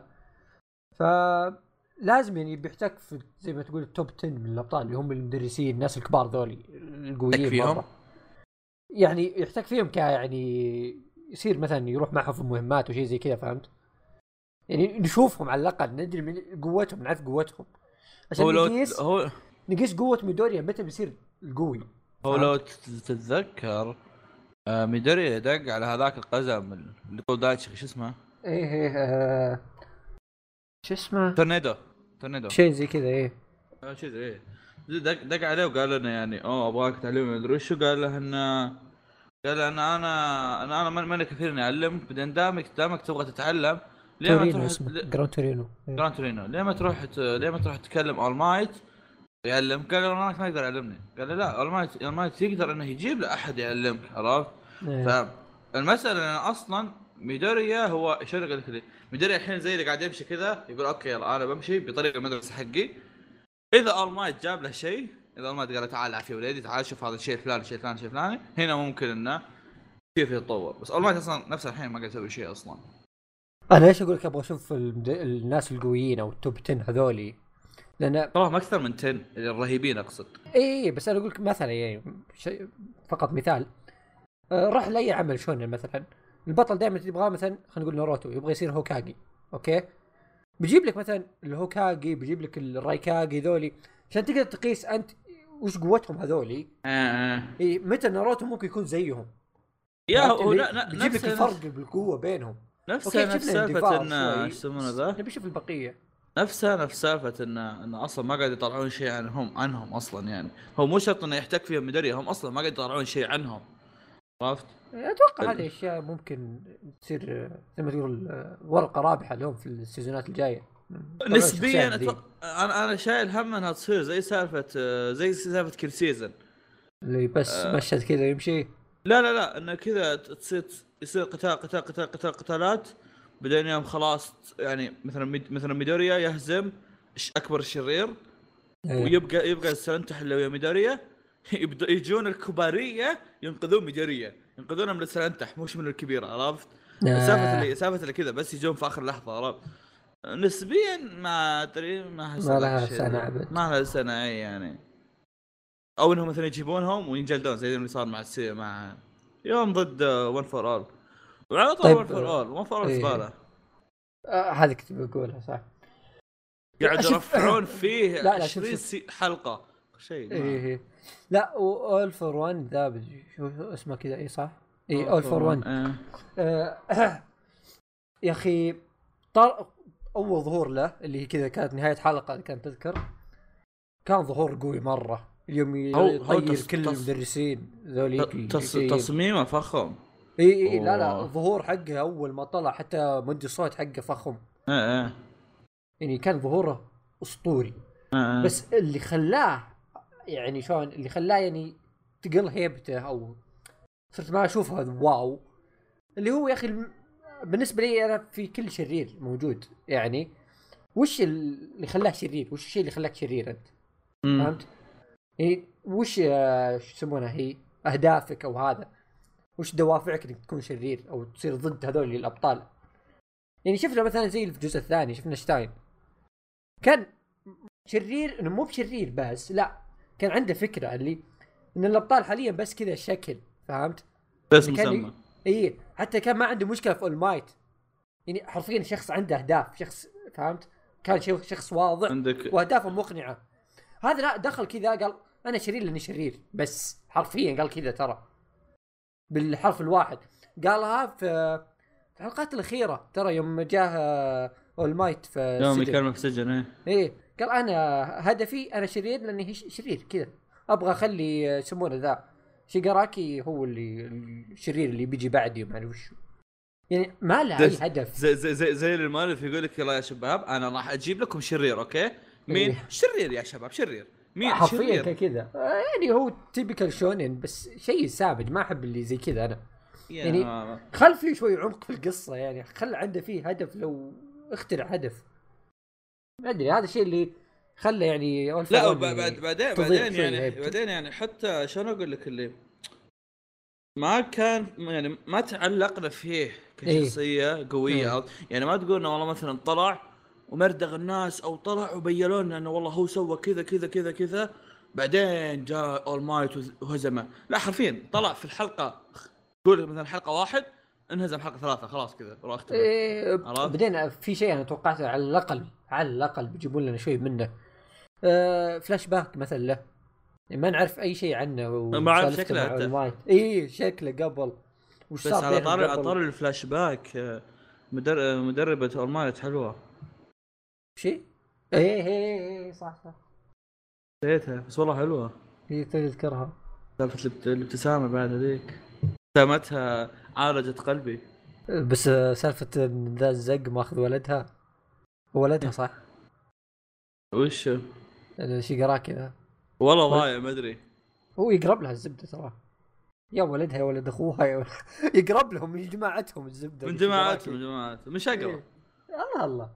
فلازم يعني بيحتاج في زي ما تقول التوب 10 من الابطال اللي هم المدرسين الناس الكبار ذولي القويين فيهم يعني يحتاج فيهم يعني يصير مثلا يروح معهم في مهمات وشيء زي كذا. فهمت يعني نشوفهم على الاقل ندري من قوتهم، نعرف قوتهم عشان نقيس قوة ميدوريا متى بيصير القوي. هو لو تتذكر ميدوريا دق على هذاك القزم اللي طول دايتشي، شو اسمه؟ ايه شو اسمه؟ تورنيدو شيء زي كذا. ايه شيء زي ايه دق عليه وقال لنا يعني ابغاك تعلمني مدري وشو. قال له ان انا ماني كثير اني اعلمك، بعدين دامك تبغى تتعلم ليه ما تروح جران تورينو ليه ما تروح تكلم اول مايت يعلم. قال له انا ما يقدر يعلمني. قال له لا اول مايت يقدر انه يجيب له احد يعلمك. عرفت؟ فالمساله ان اصلا ميدوريا هو شو قال لك ميدوريا الحين زي اللي قاعد يمشي كذا يقول اوكي يلا انا بمشي بطريقه المدرسه حقي. اذا اول مايت جاب له شيء، اذا اول مايت قال له تعال عافيه وليدي تعال شوف هذا الشيء الفلاني شيء فلاني هنا ممكن انه كيف يتطور. بس اول مايت اصلا نفس الحين ما قاعد يسوي شيء اصلا. انا ليش اقول لك ابغى اشوف الناس القويين او التوب 10 هذولي، لان طبعا اكثر من 10 الرهيبين اقصد. ايه بس انا اقول لك مثلا يعني فقط مثال راح لاي عمل شونن مثلا البطل دائما تبغاه مثلا خلينا نقول ناروتو يبغى يصير هوكاجي. اوكي بيجيب لك مثلا الهوكاجي بيجيب لك الرايكاجي ذولي عشان تقدر تقيس انت وش قوتهم هذولي. إيه متى ناروتو ممكن يكون زيهم يا هو بيجيب لك الفرق بالقوه بينهم. نفس سالفه ان يسمونه ذا نبي نشوف البقيه نفس سالفه ان اصلا ما قاعد يطلعون شيء عنهم اصلا يعني. هو مو شرط انه يحتاج فيهم ميدوريا، هم اصلا ما قاعد يطلعون شيء عنهم. عرفت؟ اتوقع هذه اشياء ممكن تصير زي ما تقول ورقه رابحه لهم في السيزونات الجايه. نسبيا انا شايل هم انها تصير زي سالفه كل سيزون اللي بس مشهد كذا يمشي. لا انه كذا يصير قتالات بعدين يوم خلاص يعني مثلا ميدوريا يهزم اكبر الشرير ويبقى السلنتح اللي ويا ميدوريا يجون الكباريه ينقذون ميدوريا ينقذونها من السلنتح مش من الكبيره عرفت. سالفه اللي كذا بس يجون في اخر لحظه عرفت. نسبيا ما ادري ما لها سنه عبد ما لها سنه يعني او انهم مثلا يجيبونهم وينجلدون زي اللي صار مع يوم ضد ون فور اول وعلى طول. طيب ون فور اول زباله. هذه كنت بقولها صح. قاعد يرفعون فيه لا 20 حلقه شيء إيه. لا اول فور وان ذا شو اسمه كذا اي صح اي اول فور وان. يا اخي اول ظهور له اللي كذا كانت نهايه حلقه كانت تذكر كان ظهور قوي مره. اليوم يطير كل المدرسين ذوليك تصميمه فخم. اي لا الظهور حقه اول ما طلع حتى مدي الصوت حقه فخم. يعني كان ظهوره اسطوري. بس اللي خلاه يعني شلون اللي خلاه يعني تقل هيبته او صرت ما اشوفه هذا واو اللي هو يا اخي بالنسبه لي انا في كل شرير موجود يعني وش اللي خلاه شرير؟ وش الشيء اللي خلاك شرير انت؟ فهمت؟ يعني وش شو يسمونها هي اهدافك او هذا وش دوافعك انك تكون شرير او تصير ضد هذول الابطال؟ يعني شفنا مثلا زي في الجزء الثاني شفنا شتاين كان شرير انه مو بشرير بس لا كان عنده فكره اللي ان الابطال حاليا بس كذا شكل فهمت بس مسمى اي حتى كان ما عنده مشكله في المايت يعني حرفيا شخص عنده اهداف شخص فهمت كان شخص واضح عندك واهدافه مقنعه. هذا لا دخل كذا قال انا شرير لاني شرير بس حرفيا قال كذا ترى بالحرف الواحد قالها في الحلقات الاخيره ترى يوم جاه المايت في يوم يكلمه في السجن ايه قال انا هدفي انا شرير لاني شرير كذا ابغى اخلي يسمونه ذا شيغاراكي هو اللي الشرير اللي بيجي بعدي وما ادري وش يعني ما له اي هدف. زي المؤلف يقول لك يلا يا شباب انا راح اجيب لكم شرير اوكي مين إيه؟ شرير يا شباب شرير مين حرفيا كذا يعني هو تيبيكال شونين بس شيء ساذج ما احب اللي زي كذا انا يعني خل فيه شوي عمق في القصه يعني خل عنده فيه هدف لو اخترع هدف ما ادري هذا الشيء اللي خلى يعني لا بعدين يعني حتى شلون اقول لك اللي ما كان يعني ما تعلقنا فيه كشخصيه قويه يعني ما تقول انه والله مثلا طلع ومردغ الناس او طلع وبين لنا انه والله هو سوى كذا كذا كذا كذا بعدين جاء اول مايت وهزمه. لا حرفيا طلع في الحلقه قول مثلا حلقه واحد انهزم حلقه ثلاثه خلاص كذا راح بعدين في شيء انا توقعته على الاقل بيجيبون لنا شوي منه فلاش باك مثلا له ما نعرف اي شيء عنه ما اعرف شكله اي شكله قبل وش صار على طار الفلاش باك مدربة اورمايت حلوه شيء ايه صح نسيتها بس والله حلوه هي تذكرها سالفه الابتسامه بعد هذيك ابتسامتها عالجت قلبي. بس سالفه ذا الزق ماخذ ولدها صح وش شيغاراكي ذا والله ضايع ما ادري هو يقرب لها الزبده ترى يا ولدها يا ولد اخوها يقرب لهم من جماعتهم الزبده من جماعتهم مش اقرب الله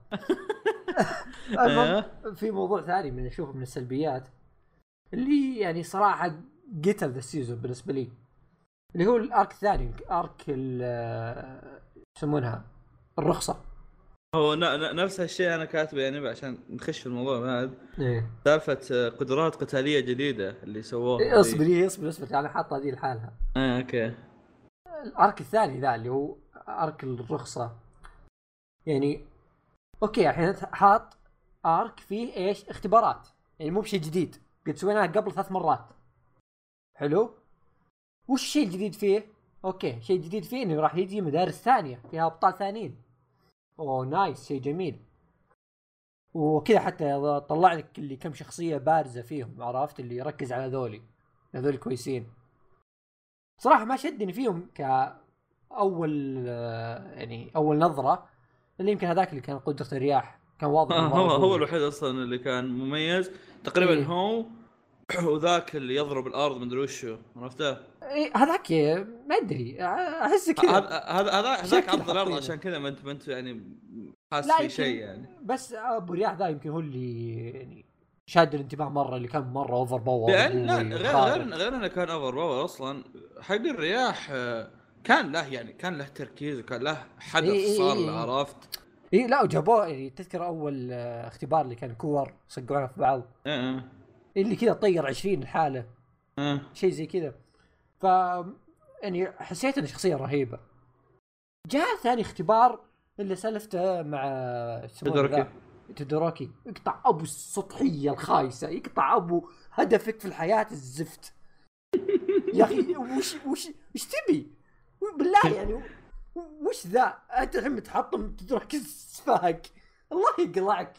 في موضوع ثاني من اشوفه من السلبيات اللي يعني صراحه قتل ذا السيزون بالنسبه لي اللي هو الارك الثاني ارك يسمونها الرخصه. هو نفس هالشيء انا كاتبه يعني عشان نخش في الموضوع هذا سالفه قدرات قتاليه جديده اللي سووها اصبر انا حاطه هذه لحالها اوكي. الارك الثاني ذا اللي هو ارك الرخصه يعني اوكي الحين حاط ارك فيه ايش اختبارات يعني مو بشيء جديد قد سويناها قبل 3 مرات حلو. وش الشيء الجديد فيه؟ اوكي شيء جديد فيه انه راح يجي مدارس ثانيه فيها ابطال ثانيين. اوه نايس شيء جميل وكذا حتى طلع لك اللي كم شخصيه بارزه فيهم عرفت اللي يركز على هذول كويسين صراحه ما شدني فيهم كاول يعني اول نظره اللي يمكن هذاك اللي كان قدرة الرياح كان واضح هو الوحيد اصلا اللي كان مميز تقريبا. إيه. هو وذاك اللي يضرب الارض من ادري وشو، عرفته؟ إيه هذاك ما ادري احس كذا. هذاك عض الارض عشان كذا ما انت يعني حاسس في شيء يعني. بس ابو رياح ذا يمكن هو اللي يعني شاد الانتباه مره، اللي كان مره اوفر باور. لان غير انه كان اوفر باور اصلا. حق الرياح كان له يعني كان له تركيز وكان له حدث صار له، عرفت؟ اي لا وجابوه يعني. تذكر اول اختبار اللي كان كور صقعونا في بعض اللي كذا طير 20 الحاله شيء زي كذا. ف يعني حسيت انه شخصيه رهيبه. جاء ثاني اختبار اللي سلفته مع تودوروكي يقطع ابو السطحيه الخايسه، يقطع ابو هدفك في الحياه الزفت. يا اخي وش تبي بالله يعني؟ وش ذا؟ انت الحين متحطم تدرك سفاهك، الله يقلعك.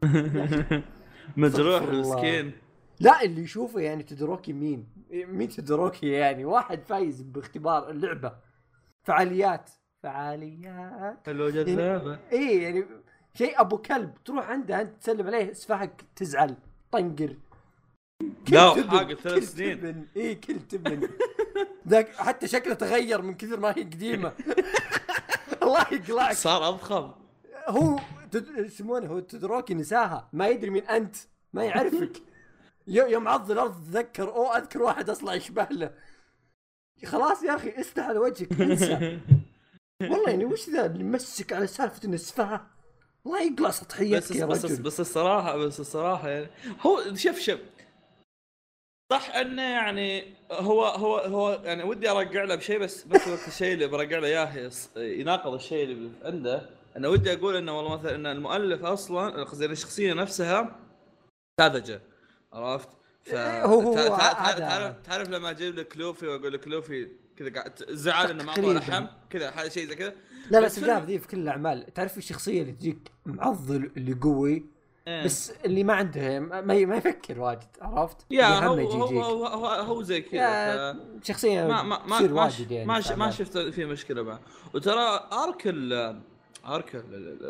مجروح مسكين. لا اللي يشوفه يعني تدروكي مين تدروكي يعني؟ واحد فايز باختبار اللعبه فعاليات حلو جذابه يعني. ايه يعني شيء ابو كلب تروح عنده انت تسلم عليه سفاهك تزعل طنقر. لا حاجه 3 سنين. ايه كل تبن ذاك حتى شكله تغير من كثر ما هي قديمه. الله يقلعك صار اضخم. هو يسمونه هو تدروكي نساها، ما يدري مين انت، ما يعرفك. يوم عض الارض تذكر اذكر واحد اصلا يشبه له. خلاص يا اخي استح على وجهك انسى. والله يعني وش ذا اللي مسك على سالفه النسفه؟ الله يقلع سطحيتك يا رجل. بس الصراحه يعني هو شوف صح انه يعني هو يعني ودي ارجع له بشيء، بس وقت الشيء اللي برجع له اياه يناقض الشيء اللي عنده. انا ودي اقول انه والله مثلا ان المؤلف اصلا قصدي الشخصيه نفسها ساذجه، عرفت؟ تعرف لما اجيب لك لوفي واقول لك لوفي كذا قاعد زعل انه ما اعطاه لحم كذا شيء زي كذا. لا بس جاب ذي في كل الاعمال. تعرف الشخصيه اللي تجيك معضل اللي قوي بس اللي ما عنده ما يفكر واجد، عرفت؟ يا هو زي كذا شخصيه تصير واجد يعني ما شفت في مشكله معه. وترى ارك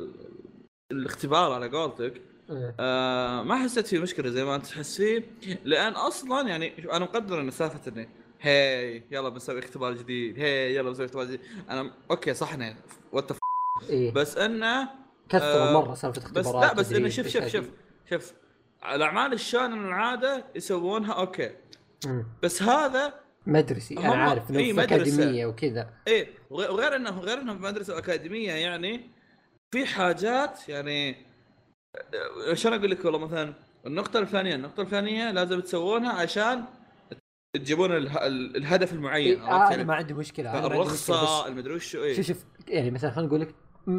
الاختبار على قولتك ما حسيت فيه مشكله زي ما انت تحس فيه، لان اصلا يعني انا مقدر ان سالفه اني هاي يلا بنسوي اختبار جديد، هاي يلا بنسوي اختبار جديد. انا اوكي صح وات إيه؟ بس انه كثر مره سالفه اختبارات. بس لا بس انه شوف الاعمال الشانن العاده يسوونها اوكي بس هذا مدرسي انا عارف انه اكاديميه وكذا. ايه وغير انه مدرسه اكاديميه يعني في حاجات يعني عشان اقول لك والله مثلا النقطه الفلانيه لازم تسوونها عشان تجيبون الهدف المعين. إيه انا ما عندي مشكله الرخصه المدري وش ايه. شوف يعني مثلا خلينا نقول لك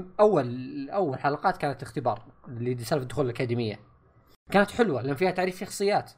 اول حلقات كانت اختبار اللي سالفه دخول الاكاديميه كانت حلوه لان فيها تعريف شخصيات.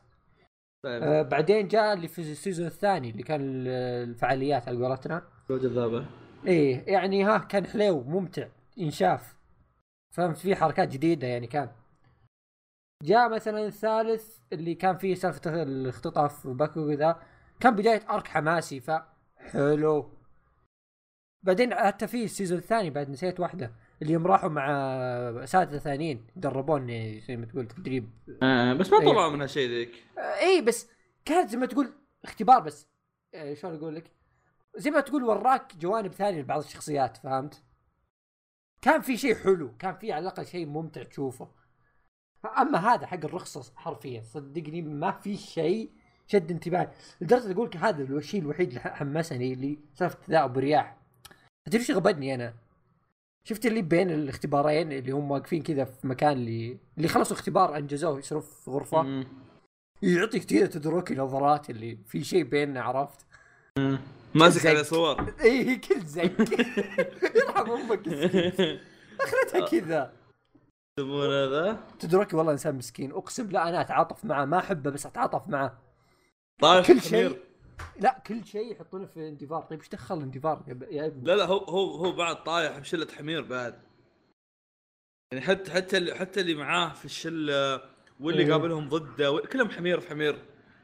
بعدين جاء اللي في السيزون الثاني اللي كان الفعاليات على قولتنا جذابه. ايه يعني كان حلو ممتع ينشاف، فهمت؟ في حركات جديده يعني. كان جاء مثلا الثالث اللي كان فيه سالفه الاختطاف باكو ذا كان بدايه ارك حماسي فحلو. بعدين حتى في السيزون الثاني بعد نسيت واحده اللي يوم راحوا مع اساتذه ثانيين دربوني زي ما تقول تدريب بس ما طلعوا منها شيء ذيك. اي بس كانت زي ما تقول اختبار بس شلون اقول لك زي ما تقول وراك جوانب ثانيه لبعض الشخصيات، فهمت؟ كان في شيء حلو، كان في على الاقل شيء ممتع تشوفه. اما هذا حق الرخصه حرفيا صدقني ما في شيء شد انتباهي لدرجه اقول لك هذا الشيء الوحيد اللي حمسني اللي سالفه ذا ابو رياح. تدري ايش غبني انا؟ شفت اللي بين الاختبارين اللي هم واقفين كذا في مكان اللي خلصوا اختبار انجزوه يصيروا في غرفه يعطيك كذا تدرك نظرات اللي في شيء بيننا، عرفت؟ ماسك على صور ايه كل زي يرحم امك اخرتها كذا. تبون هذا تدركي والله انسان مسكين اقسم لا انا اتعاطف معه ما احبه بس اتعاطف معه. طيب كل شيء لا كل شيء يحطونه في انديفار. طيب ايش دخل انديفار يا ابني؟ لا هو بعد طايح بشله حمير بعد يعني حتى اللي معاه في الشله واللي قابلهم ضده كلهم حمير في حمير.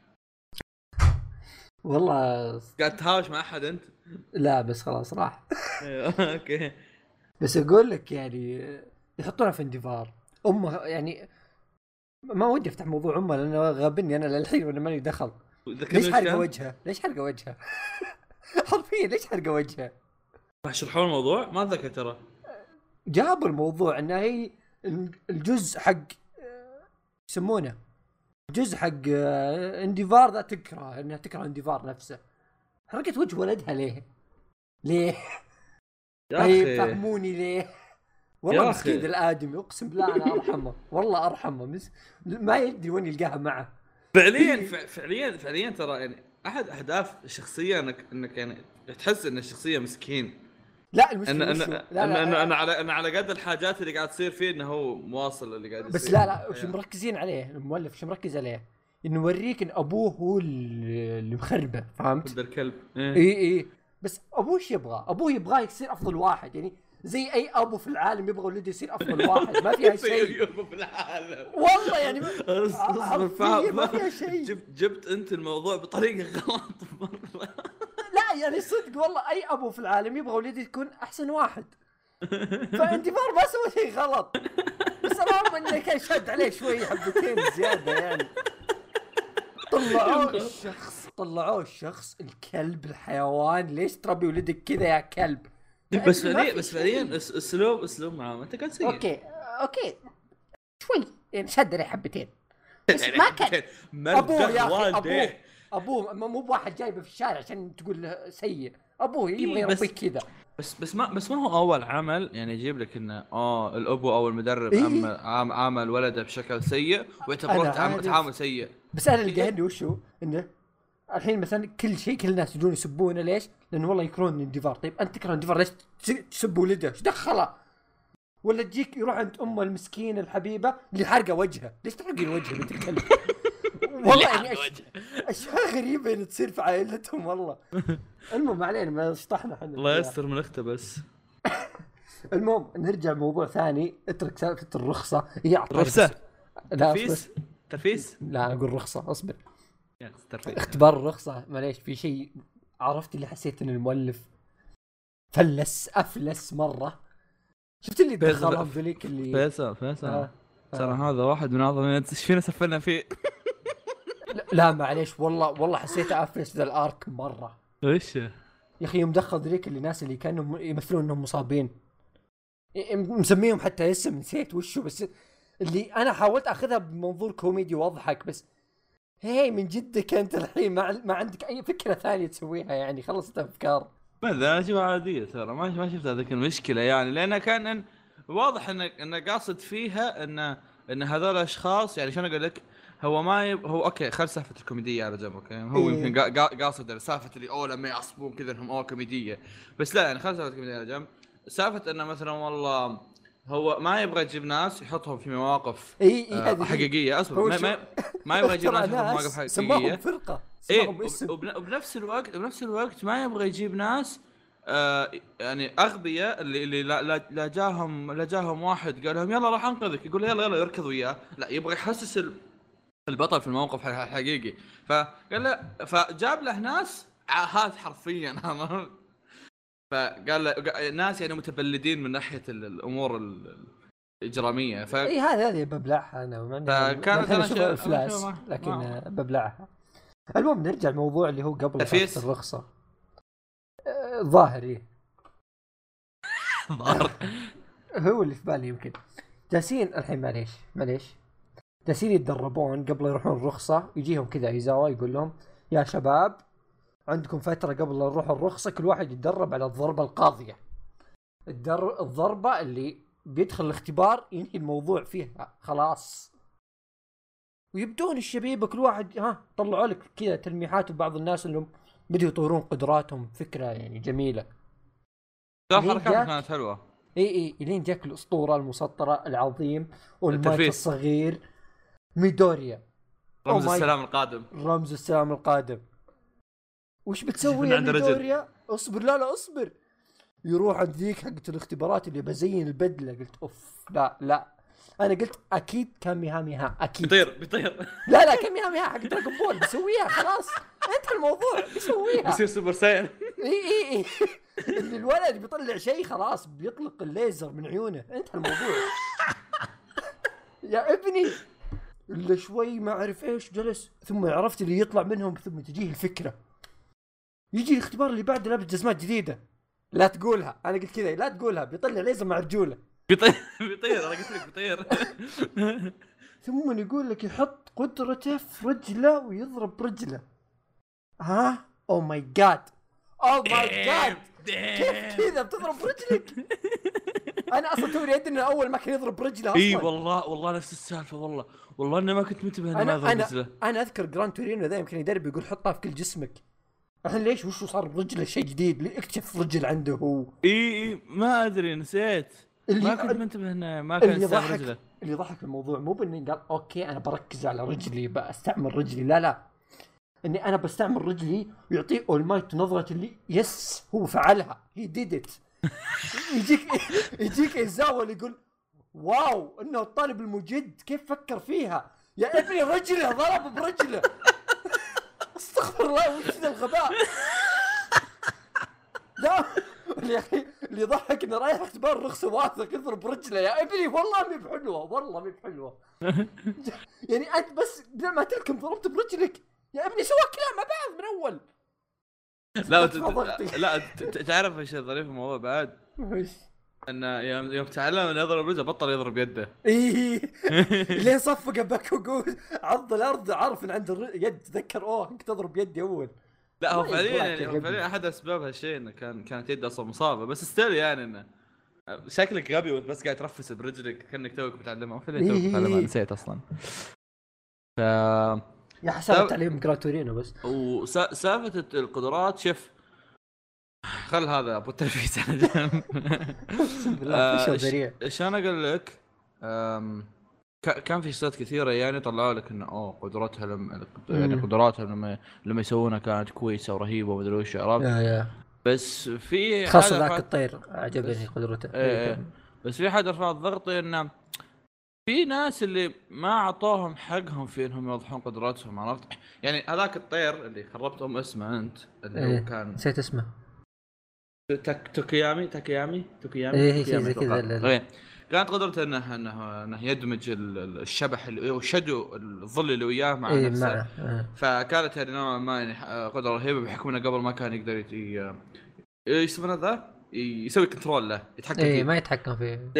والله قاعد تهاوش مع احد انت؟ لا بس خلاص راح. اوكي بس اقول لك يعني يحطونها في انديفار امه يعني ما ودي افتح موضوع امه لانه غابني انا للحين وانا ماني دخل. ليش حرقه وجهها؟ ليش حرقه وجهها؟ حرفيا ليش حرقه وجهها؟ يشرحون الموضوع ما اتذكر ترى. جابوا الموضوع انها هي الجزء حق يسمونه جزء حق انديفار ذا تكره انها تكره انديفار نفسه. حرقت وجه ولدها ليه يا اخي فهموني ليه والله مسكين الادمي اقسم بالله انا ارحمه والله ارحمه ما يدري وين يلقاها معه فعليا ترى يعني احد اهداف الشخصيه انك يعني تحس ان الشخصيه مسكين. لا المشكله أنا على قد الحاجات اللي قاعد تصير فيه انه هو مواصل اللي قاعد يصير بس لا وش مركزين عليه المؤلف وش مركز عليه انه يوريك ان ابوه هو اللي مخربه فهمت ولد الكلب اي بس ابوه ايش يبغى ابوه يبغاه يصير افضل واحد يعني زي اي ابو في العالم يبغى ولده يصير افضل واحد ما فيها شيء ابو في العالم والله يعني ما فيها شيء جبت انت الموضوع بطريقه غلط مره. لا يعني صدق والله اي ابو في العالم يبغى ولده يكون احسن واحد فانديفار ما سوى شيء غلط بس رغم انه كان شد عليه شوي حبتين زياده يعني طلعوه الشخص الكلب الحيوان ليش تربي ولدك كذا يا كلب بس فعليا اسلوب معاه انت قاعد سيء. اوكي شوي يعني شد عليه حبتين بس ما كان ابوه يا اخي ابوه مو بواحد جايبه في الشارع عشان تقول له سيء ابوه يبغى يربيك كذا بس ما هو اول عمل يعني يجيب لك انه الابو او المدرب عامل ولده بشكل سيء واعتبروه تعامل سيء. بس انا اللي قاهرني وشو انه الحين مثلا كل شيء كل الناس يجون يسبونه ليش؟ لانه والله يكرهون انديفار. طيب انت تكره انديفار ليش تسب ولده؟ ايش دخله؟ ولا تجيك يروح عند امه المسكينه الحبيبه اللي حرقه وجهه ليش تحرقين وجهه بنت الكلب؟ والله يعني اشياء غريبه اللي تصير في عائلتهم والله. المهم علينا ما شطحنا احنا الله يستر من اخته بس. المهم نرجع موضوع ثاني اترك سالفه الرخصه هي رخصه ترفيس لا انا اقول رخصه اصبر يا ترفيس اختبار الرخصه معليش في شيء عرفت اللي حسيت ان المؤلف افلس مره. شفت اللي دخلهم ذليك اللي فيصل ترى هذا واحد من اعظم ايش فينا سفلنا فيه. لا معليش والله حسيته افلس ذا الارك مره. ايش يا اخي يوم دخل ذليك اللي ناس اللي كانوا يمثلون انهم مصابين مسميهم حتى اسم نسيت وشو بس اللي انا حاولت اخذها بمنظور كوميدي واضحك بس هي من جدك انت الحين ما عندك اي فكره ثانيه تسويها يعني خلصت افكار. ما انا اشوفها عاديه ترى ما شفت هذيك المشكله يعني لانه كان واضح انه قاصد فيها ان هذول الاشخاص يعني شلون اقول لك هو ما هو اوكي خل سالفه الكوميديه على جنب اوكي هو يمكن قاصد سالفه اللي لما يعصبون كذا انهم كوميديه بس لا يعني خل سالفه الكوميديه على جنب. سالفه انه مثلا والله هو ما يبغى يجيب ناس يحطهم في مواقف حقيقيه اصلا ما يبغى يجيب ناس في مواقف حقيقيه سماهم فرقه سماهم اسم وبنفس الوقت ما يبغى يجيب ناس يعني اغبياء اللي لا جاهم واحد قال لهم يلا راح انقذك يقول يلا يركض وياه لا يبغى يحسس البطل في الموقف حقيقي فقال له فجاب له ناس عاهات حرفيا فقال له ناس يعني متبلدين من ناحيه الامور الاجراميه اي هذه ببلعها انا كانت انا افلاس لكن ببلعها. المهم نرجع الموضوع اللي هو قبل الرخصه ظاهري هو اللي في بالي يمكن جالسين الحين معليش جالسين يتدربون قبل يروحون الرخصه يجيهم كذا ايزاوا يقول لهم يا شباب عندكم فتره قبل نروح الرخصه كل واحد يتدرب على الضربه القاضيه الضربه اللي بيدخل الاختبار ينهي الموضوع فيها خلاص. ويبدون الشبيبه كل واحد طلعوا لك كذا تلميحات وبعض الناس اللي بدوا يطورون قدراتهم فكره يعني جميله. حركات كانت حلوه اي لين جاك الاسطوره المسطره العظيم والمايك الصغير ميدوريا رمز السلام القادم وش بتسوي يا ميدوريا؟ اصبر لا اصبر يروح عند ذيك حقت الاختبارات اللي بزين البدله قلت اوف لا انا قلت اكيد كاميهاميها اكيد بيطير لا كاميهاميها حق دراغون بول بيسويها خلاص انت الموضوع بيسويها بيصير سوبر ساين اي اللي الولد بيطلع شيء خلاص بيطلق الليزر من عيونه انت الموضوع يا ابني الا شوي ما اعرف ايش جلس، ثم عرفت اللي يطلع منهم، ثم تجيه الفكره، يجي الاختبار اللي بعده لابس جزمات جديده. لا تقولها، انا قلت كذا لا تقولها، بيطلع ليزر مع رجوله. بيطير انا قلت لك بيطير. ثم يقول لك يحط قدرته في رجله ويضرب برجله. ها او ماي جاد، او ماي جاد، كيف كذا بتضرب برجلك؟ انا اصلا توني ادري انه اول ما كان يضرب برجله اصلا. اي والله نفس السالفه، والله انا ما كنت منتبه انه ما يضرب برجله. انا اذكر جراند تورينو ذا يمكن يدرب يقول حطها في كل جسمك. الحين ليش وشو صار برجله شيء جديد؟ ليه اكتشف رجل عنده هو؟ اي ما ادري نسيت، ما كنت منتبه انه ما كان يستعمل رجله. اللي ضحك الموضوع مو باني قال اوكي انا بركز على رجلي بستعمل رجلي، لا اني انا بستعمل رجلي ويعطيه اول مايت نظره اللي يس هو فعلها، هي ديدت. يجيك إزاوة اللي يقول واو انه الطالب المجد كيف فكر فيها. يا ابني رجله ضرب برجله. استغفر الله، وش ذا الغباء. لا يا اخي اللي ضحك انه رايح اختبار رخصه واثق يضرب رجله. يا ابني والله مي بحلوه، والله مي بحلوه. يعني انت بس ما تلكم ضربت برجلك يا ابني، سوا كلام مع بعض من اول. لا تعرف ايش الظريف الموضوع بعد؟ انه يوم تعلم انه يضرب رجله بطل يضرب يده. ايه ليه صفق باكوغو عض الارض، عرف ان عنده يد، تذكر اوه انك تضرب يدي اول. لا هو فعليا احد اسباب هالشيء انه كانت يده اصلا مصابه، بس ستيل يعني انه شكلك غبي وانت بس قاعد ترفس برجلك كانك توك متعلمها. فين توك متعلمها؟ نسيت اصلا. ف يا حساب تعليم جراتورينو بس. وسالفه القدرات شوف، خل هذا ابو التنفيذ على جنب. ايش انا اقول لك؟ كان في شخصيات كثيره يعني طلعوا لك انه قدراتها يعني قدراتها لما يسوونها كانت كويسه ورهيبه ومدري وش، عرفت؟ بس في خاصه ذاك الطير عجبني قدرته. بس في حد رفع الضغط انه في ناس اللي ما اعطوهم حقهم في انهم يوضحون قدراتهم، عرفت؟ يعني هذاك الطير اللي خربتهم اسمه انت، اللي هو كان نسيت اسمه، تاكيامي ايه شيء زي كذا. كانت قدرته انه يدمج الشبح اللي هو الشادو الظل اللي وياه مع نفسه. فكانت يعني نوعا ما يعني قدره رهيبه، بحكم انه قبل ما كان يقدر يسمونه ذا يسوي كنترول له، يتحكم فيه. ما يتحكم فيه.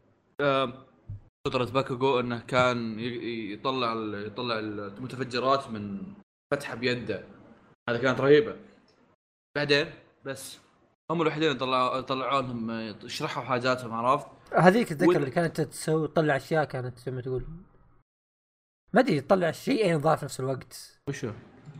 قدرة باكوغو انه كان يطلع المتفجرات من فتحه بيده، هذا كانت رهيبه. بعدين بس هم الوحيدين طلعوا لهم يشرحوا حاجاتهم، عرفت؟ هذيك الذكر اللي كانت تسوي تطلع اشياء، كانت زي ما تقول ما ادري تطلع شيئين ضاف نفس الوقت. وشو؟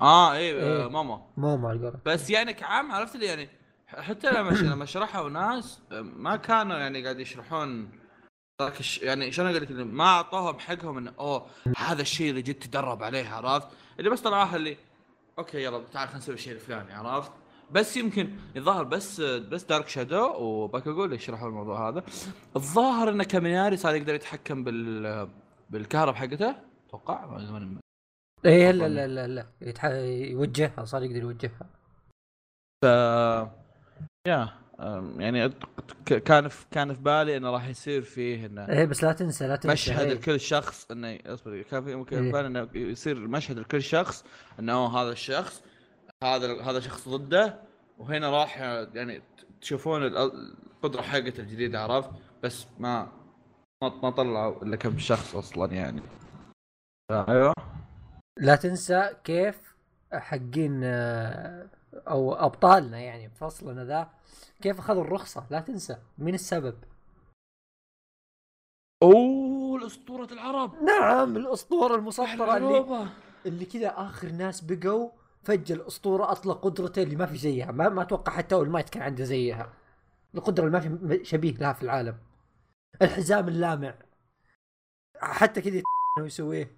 ماما القرار. بس يعني كعام عرفت اللي يعني حتى لما شرحوا ناس ما كانوا يعني قاعد يشرحون يعني شلون اقول لك، ما اعطوهم حقهم انه هذا الشيء اللي جيت تدرب عليه، عرفت؟ اللي بس طلعوها اللي اوكي يلا تعال خلينا نسوي الشيء الفلاني، عرفت؟ بس يمكن الظاهر بس دارك شادو وباكوغو اللي يشرحوا الموضوع هذا. الظاهر انه كاميناري صار يقدر يتحكم بالكهرب حقته، اتوقع. ايه لا يوجهها، صار يقدر يوجهها. يعني كان في بالي انه راح يصير فيه انه ايه بس لا تنسى مشهد لكل شخص، انه اصبر كان في بالي انه يصير مشهد لكل شخص انه هذا الشخص هذا شخص ضده، وهنا راح يعني تشوفون القدره حقته الجديده، عرفت؟ بس ما طلعوا الا كم شخص اصلا يعني. ايوه لا تنسى كيف حقين او ابطالنا يعني بفصلنا ذا كيف اخذوا الرخصه، لا تنسى من السبب. الاسطوره العرب. نعم الاسطوره المسطره اللي كذا اخر ناس بقوا فجأة الاسطوره اطلق قدرته اللي ما في زيها، ما اتوقع حتى اول ما كان عنده زيها، القدره اللي ما في شبيه لها في العالم، الحزام اللامع حتى كذا يسويه.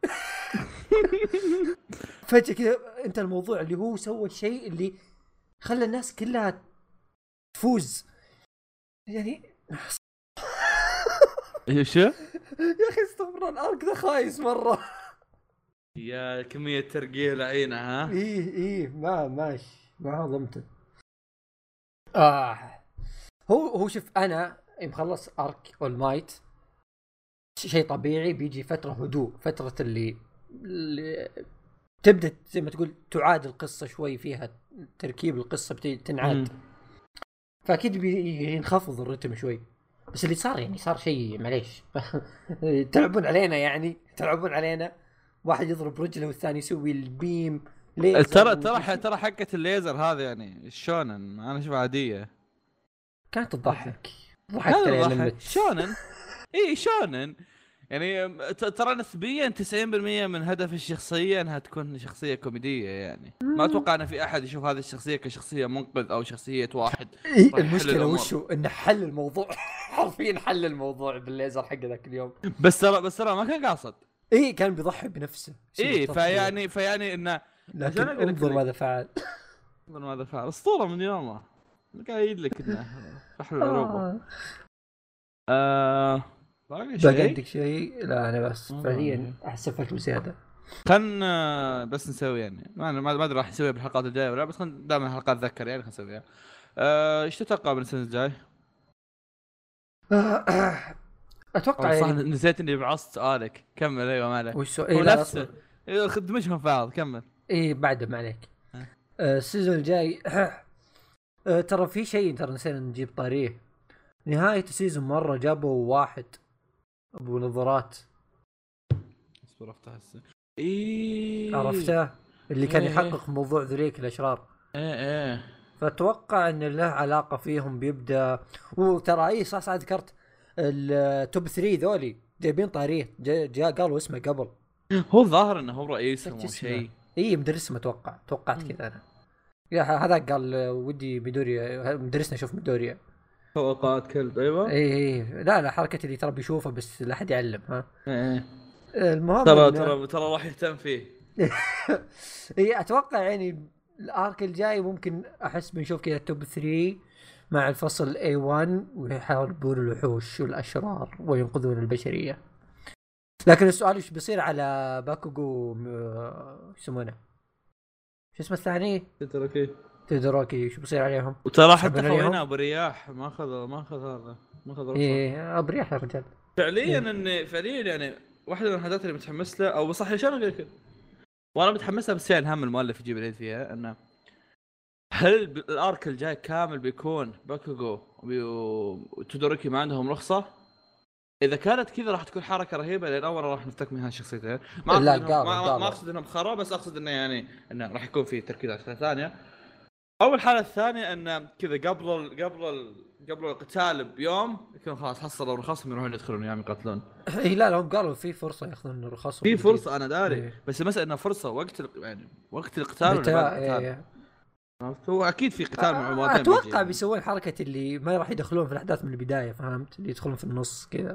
فجأة كذا انت الموضوع اللي هو سوى الشيء اللي خلى الناس كلها تفوز يعني. ايش يا اخي استغفر الارك ذا خايس مره. يا كميه ترقيع عينه. ها ايه ما هضمته. هو شوف انا مخلص ارك اول مايت، شيء طبيعي، بيجي فتره هدوء، فتره اللي تبدا زي ما تقول تعاد القصه شوي، فيها تركيب القصه تنعاد. فاكيد بينخفض الرتم شوي. بس اللي صار يعني صار شيء معليش تلعبون علينا، يعني تلعبون علينا. واحد يضرب رجله والثاني يسوي البيم ليزر. ترى حقة الليزر هذا يعني الشونن انا اشوفها عاديه. كانت تضحك ضحكت عليها لما شونن. اي شونن يعني ترى نسبيا 90% من هدف الشخصيه انها تكون شخصيه كوميديه، يعني ما اتوقع ان في احد يشوف هذه الشخصيه كشخصيه منقذ او شخصيه واحد. المشكله وشو انه حل الموضوع حرفيا حل الموضوع بالليزر حق ذاك اليوم. بس ترى ما كان قاصد. ايه كان بيضحي بنفسه. ايه فيعني انه لكن انظر ماذا فعل. انظر ماذا فعل اسطوره من يومه قايل لك انه فحل العروبه. باقي عندك شيء؟ لا انا بس فعليا احسفك بزياده. كان بس نسوي يعني ما ادري راح نسويها بالحلقات الجايه ولا، بس دائما الحلقات اتذكر يعني خلينا نسويها. ايش تتوقع من السنه الجاي؟ اتوقع صح يعني نسيت اني بعصت سؤالك. كمل. ايوه ما عليك. وش هو نفسه خدمجهم في بعض. كمل. ايه بعد ما عليك. السيزون الجاي ترى في شيء ترى نسينا نجيب طاريه. نهايه السيزون مره جابوا واحد ابو نظارات. اصبر افتح ايه عرفته اللي كان يحقق موضوع ذريك الاشرار. ايه فاتوقع ان له علاقه فيهم بيبدا. وترى اي صح ذكرت التوب 3 ذولي جايبين طاريه. جاء قالوا اسمه قبل. هو ظاهر انه هو رئيسهم او شيء. اي مدرس توقعت كذا انا. يا هذا قال ودي ميدوريا مدرسنا شوف ميدوريا. توقعات كلب. ايوه اي لا حركه اللي ترى بيشوفه بس لا احد يعلم. ها المهم ترى راح يهتم فيه. اي اتوقع يعني الارك الجاي ممكن احس بنشوف كذا توب 3 مع الفصل A1 ويحاربون الوحوش والاشرار وينقذون البشريه. لكن السؤال ايش بيصير على باكوغو يسمونه شو اسمه الثاني؟ تدروكي شو بيصير عليهم؟ وترى حتى هنا ابو رياح ما اخذ هذا ما اخذ رخصه. ايه ابو رياح يا رجال فعليا يعني واحده من الحاجات اللي متحمس لها او صح عشان اقول لك وانا متحمس لها، بس يعني هم المؤلف يجيب العيد فيها انه هل الارك الجاي كامل بيكون باكوغو وتودوروكي ما عندهم رخصه؟ اذا كانت كذا راح تكون حركه رهيبه، لان اول راح نفتك من هالشخصيتين. ما اقصد انهم خرا، بس اقصد انه يعني انه راح يكون في تركيز على ثانيه. اول حاله الثانيه ان كذا قبل القتال بيوم يكون خلاص حصلوا رخصهم يروحون يدخلون يعني يقتلون. اي لا هم قالوا في فرصه ياخذون رخصهم. في فرصه انا داري بس المساله انها فرصه وقت القتال ولا بعد القتال. هو اكيد في قتال مع المواطنين. اتوقع بيسوون حركه اللي ما راح يدخلون في الاحداث من البدايه، فهمت؟ اللي يدخلون في النص كذا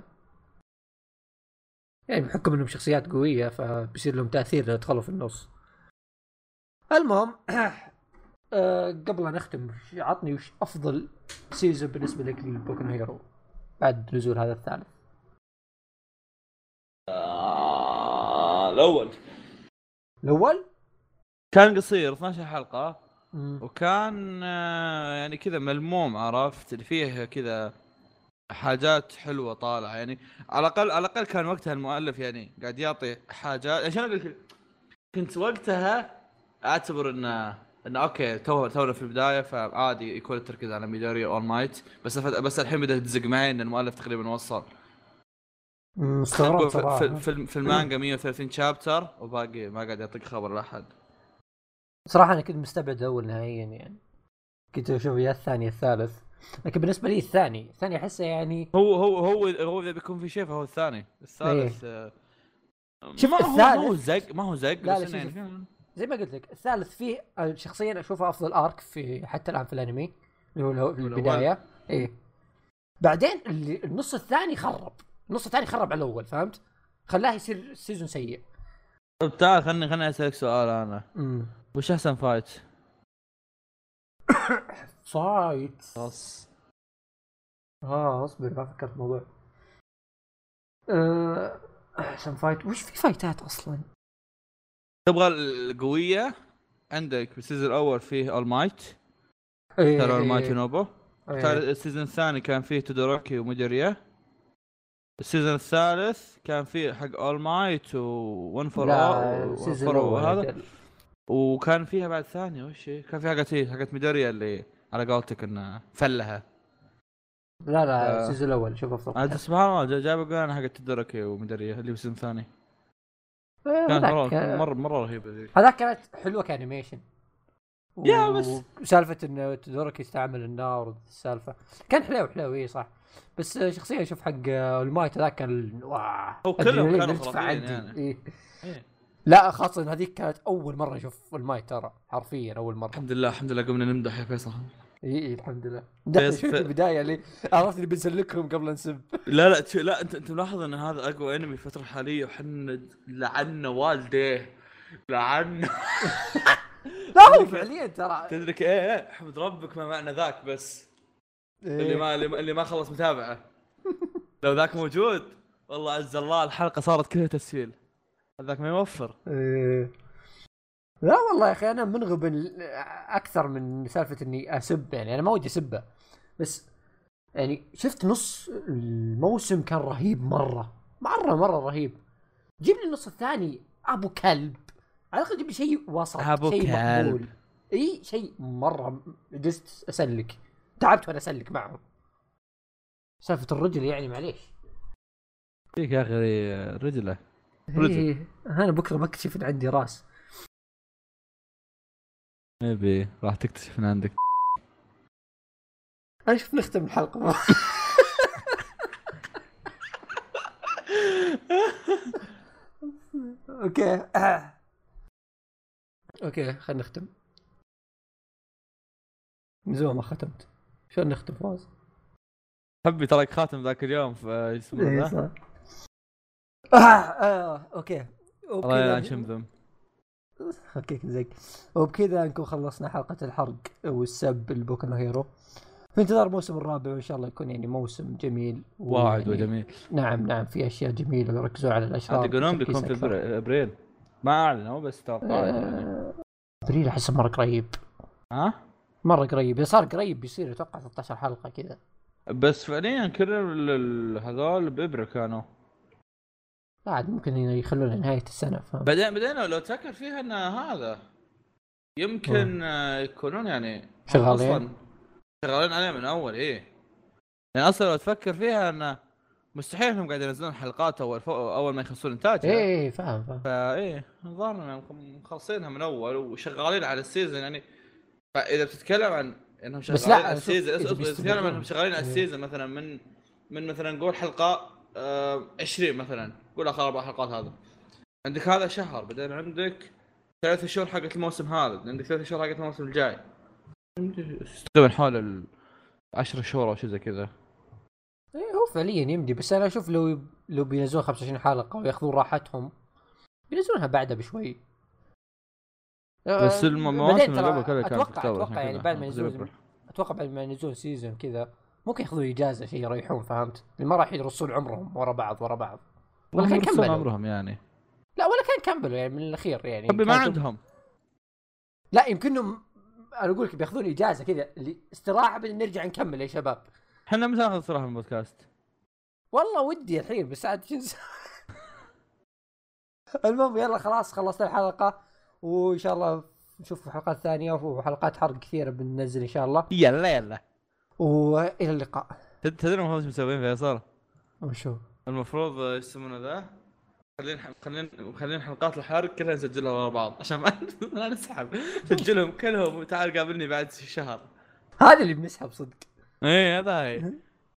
يعني بحكم انهم شخصيات قويه فبيصير لهم تاثير لو يدخلوا في النص. المهم قبل لا نختم عطني وش افضل سيزون بالنسبه لك لبوكو هيرو بعد نزول هذا الثالث؟ الاول كان قصير 12 حلقه وكان يعني كذا ملموم، عرفت اللي فيه كذا حاجات حلوه طالعه يعني. على الاقل كان وقتها المؤلف يعني قاعد يعطي حاجات. عشان اقول لك كنت وقتها اعتبر انه اوكي تونا في البدايه فعادي يكون التركيز على ميدوريا اول مايت، بس الحين بدأت تزق معي ان المؤلف تقريبا وصل. مستغرب صراحه في المانجا 130 شابتر وباقي ما قاعد يعطيك خبر لاحد. صراحه انا كنت مستبعد اول نهائيا يعني كنت اشوف يا الثاني الثالث، لكن بالنسبه لي الثاني احسه يعني هو اذا بيكون في شيء فهو الثالث إيه. شوف الثالث ما هو زق لا يعني زي ما قلت لك الثالث فيه شخصيا اشوفه افضل ارك في حتى الان في الانمي اللي هو في البدايه. ايه بعدين النص الثاني خرب على الاول، فهمت؟ خلاه يصير سيزون سيء. طيب تعال خلني اسالك سؤال انا. وش احسن فايت؟ اصبر ما فكرت الموضوع. احسن فايت وش في فايتات اصلا؟ تبغى القويه عندك بالسيزون الاول فيه اول مايت ترى اول مايت نوبو. السيزون الثاني كان فيه تودوروكي وميدوريا. السيزون الثالث كان فيه حق اول مايت وون فور لا السيزون الاول هذا، وكان فيها بعد ثانية وش هي؟ كان فيها حقت ميدوريا اللي على قولتك انه فلها. لا السيزون الاول شوف افضل. عاد سبحان الله جايب اقول انا حقت تدركي وميدوريا اللي بالسيزون الثاني. كانت مرة رهيبة ذي. هذاك كانت حلوة كانيميشن. يا بس سالفة انه تدورك يستعمل النار السالفة كان حلو ايه صح. بس شخصيا اشوف حق المايت هذاك كان هو كلهم كانوا خرافيين يعني. إيه. لا خاصة هذيك كانت اول مرة اشوف المايت ترى حرفيا اول مرة. الحمد لله قمنا نمدح يا فيصل. اي الحمد لله. شوف البداية اللي عرفت اللي بنسلكهم قبل نسب. لا انت ملاحظ ان هذا اقوى انمي الفترة الحالية وحنا لعنا والديه لعنا. لا هو فعليا ترى تدرك ايه احمد ربك ما معنى ذاك بس إيه؟ اللي ما خلص متابعه. لو ذاك موجود والله عز الله الحلقه صارت كلها تسهيل. هذاك ما يوفر. إيه. لا والله يا اخي انا منغب اكثر من سالفه اني اسب يعني انا ما ودي اسبه بس يعني شفت نص الموسم كان رهيب مره رهيب. جيب لي النص الثاني ابو كلب على الاقل جيب لي شيء وسط شيء مقبول. اي شيء مره جست اسلك تعبت وانا اسلك معهم. سالفه الرجل يعني معليش فيك يا اخي رجله. إيه. انا بكره بكتشف ان عندي راس. ابي راح تكتشف ان عندك. انا شوف نختم الحلقه. اوكي خلينا نختم. من زمان ما ختمت. شلون نختم فوز؟ حبي تراك خاتم ذاك اليوم في اسمه ذا. اوكي الله ينشم ذم. اوكي زين. وبكذا نكون خلصنا حلقة الحرق والسب البوكو نو هيرو. في انتظار الموسم الرابع وان شاء الله يكون يعني موسم جميل واعد وجميل. نعم في اشياء جميلة ويركزوا على الاشرار. يقولون بيكون في ابريل ما اعلنوا بس توقعات يعني. ابريل احس مرة قريب. مرة قريب اذا صار قريب بيصير اتوقع 13 حلقة كذا. بس فعليا كل هذول بإبرة كانوا. بعد ممكن يخلون نهاية السنة. بعدين لو تفكر فيها ان هذا يمكن يكونون يعني شغالين عليه من اول ايه. يعني اصلا لو تفكر فيها ان مستحيل انهم قاعدين ينزلون حلقات اول ما يخلصون انتاجها. ايه فاهم فايه ظهرنا مخلصينها من اول وشغالين على السيزون يعني. فاذا بتتكلم عن انهم شغالين على السيزون انهم شغالين على السيزون مثلا من مثلا نقول حلقه 20 مثلا قول اخر 4 حلقات هذا عندك هذا شهر بعدين عندك 3 شهور حقت الموسم هذا عندك 3 شهور حقت الموسم الجاي تقريبا حول 10 شهور او شيء زي كذا. ايه هو فعليا يمدي بس انا اشوف لو بينزلون 25 حلقه وياخذون راحتهم بينزلونها بعدها بشوي. بس المواسم اللي قبل كذا كانت اتوقع يعني بعد ما ينزلون اتوقع بعد ما ينزلون سيزون كذا ممكن ياخذون اجازه شيء يريحون فهمت اللي ما راح يدرسون عمرهم ورا بعض ولا كان كملوا عمرهم يعني لا ولا كان كملوا يعني من الاخير يعني ما عندهم لا يمكنهم انا اقول لك بياخذون اجازه كذا اللي استراحه بدنا نرجع نكمل يا شباب. احنا متى ناخذ استراحه من البودكاست والله ودي الحين بس عاد المهم يلا خلاص خلصنا الحلقه وان شاء الله نشوف حلقات ثانيه وحلقات حرق كثيره بننزل ان شاء الله. يلا والى اللقاء. تدري المفروض ايش مسوين فيصل؟ وشو المفروض يسمونه ذا خلين حلقات الحرق كلها نسجلها ورا بعض عشان ما نسحب. سجلهم كلهم وتعال قابلني بعد شهر. هذا اللي بنسحب صدق. ايه هذا هي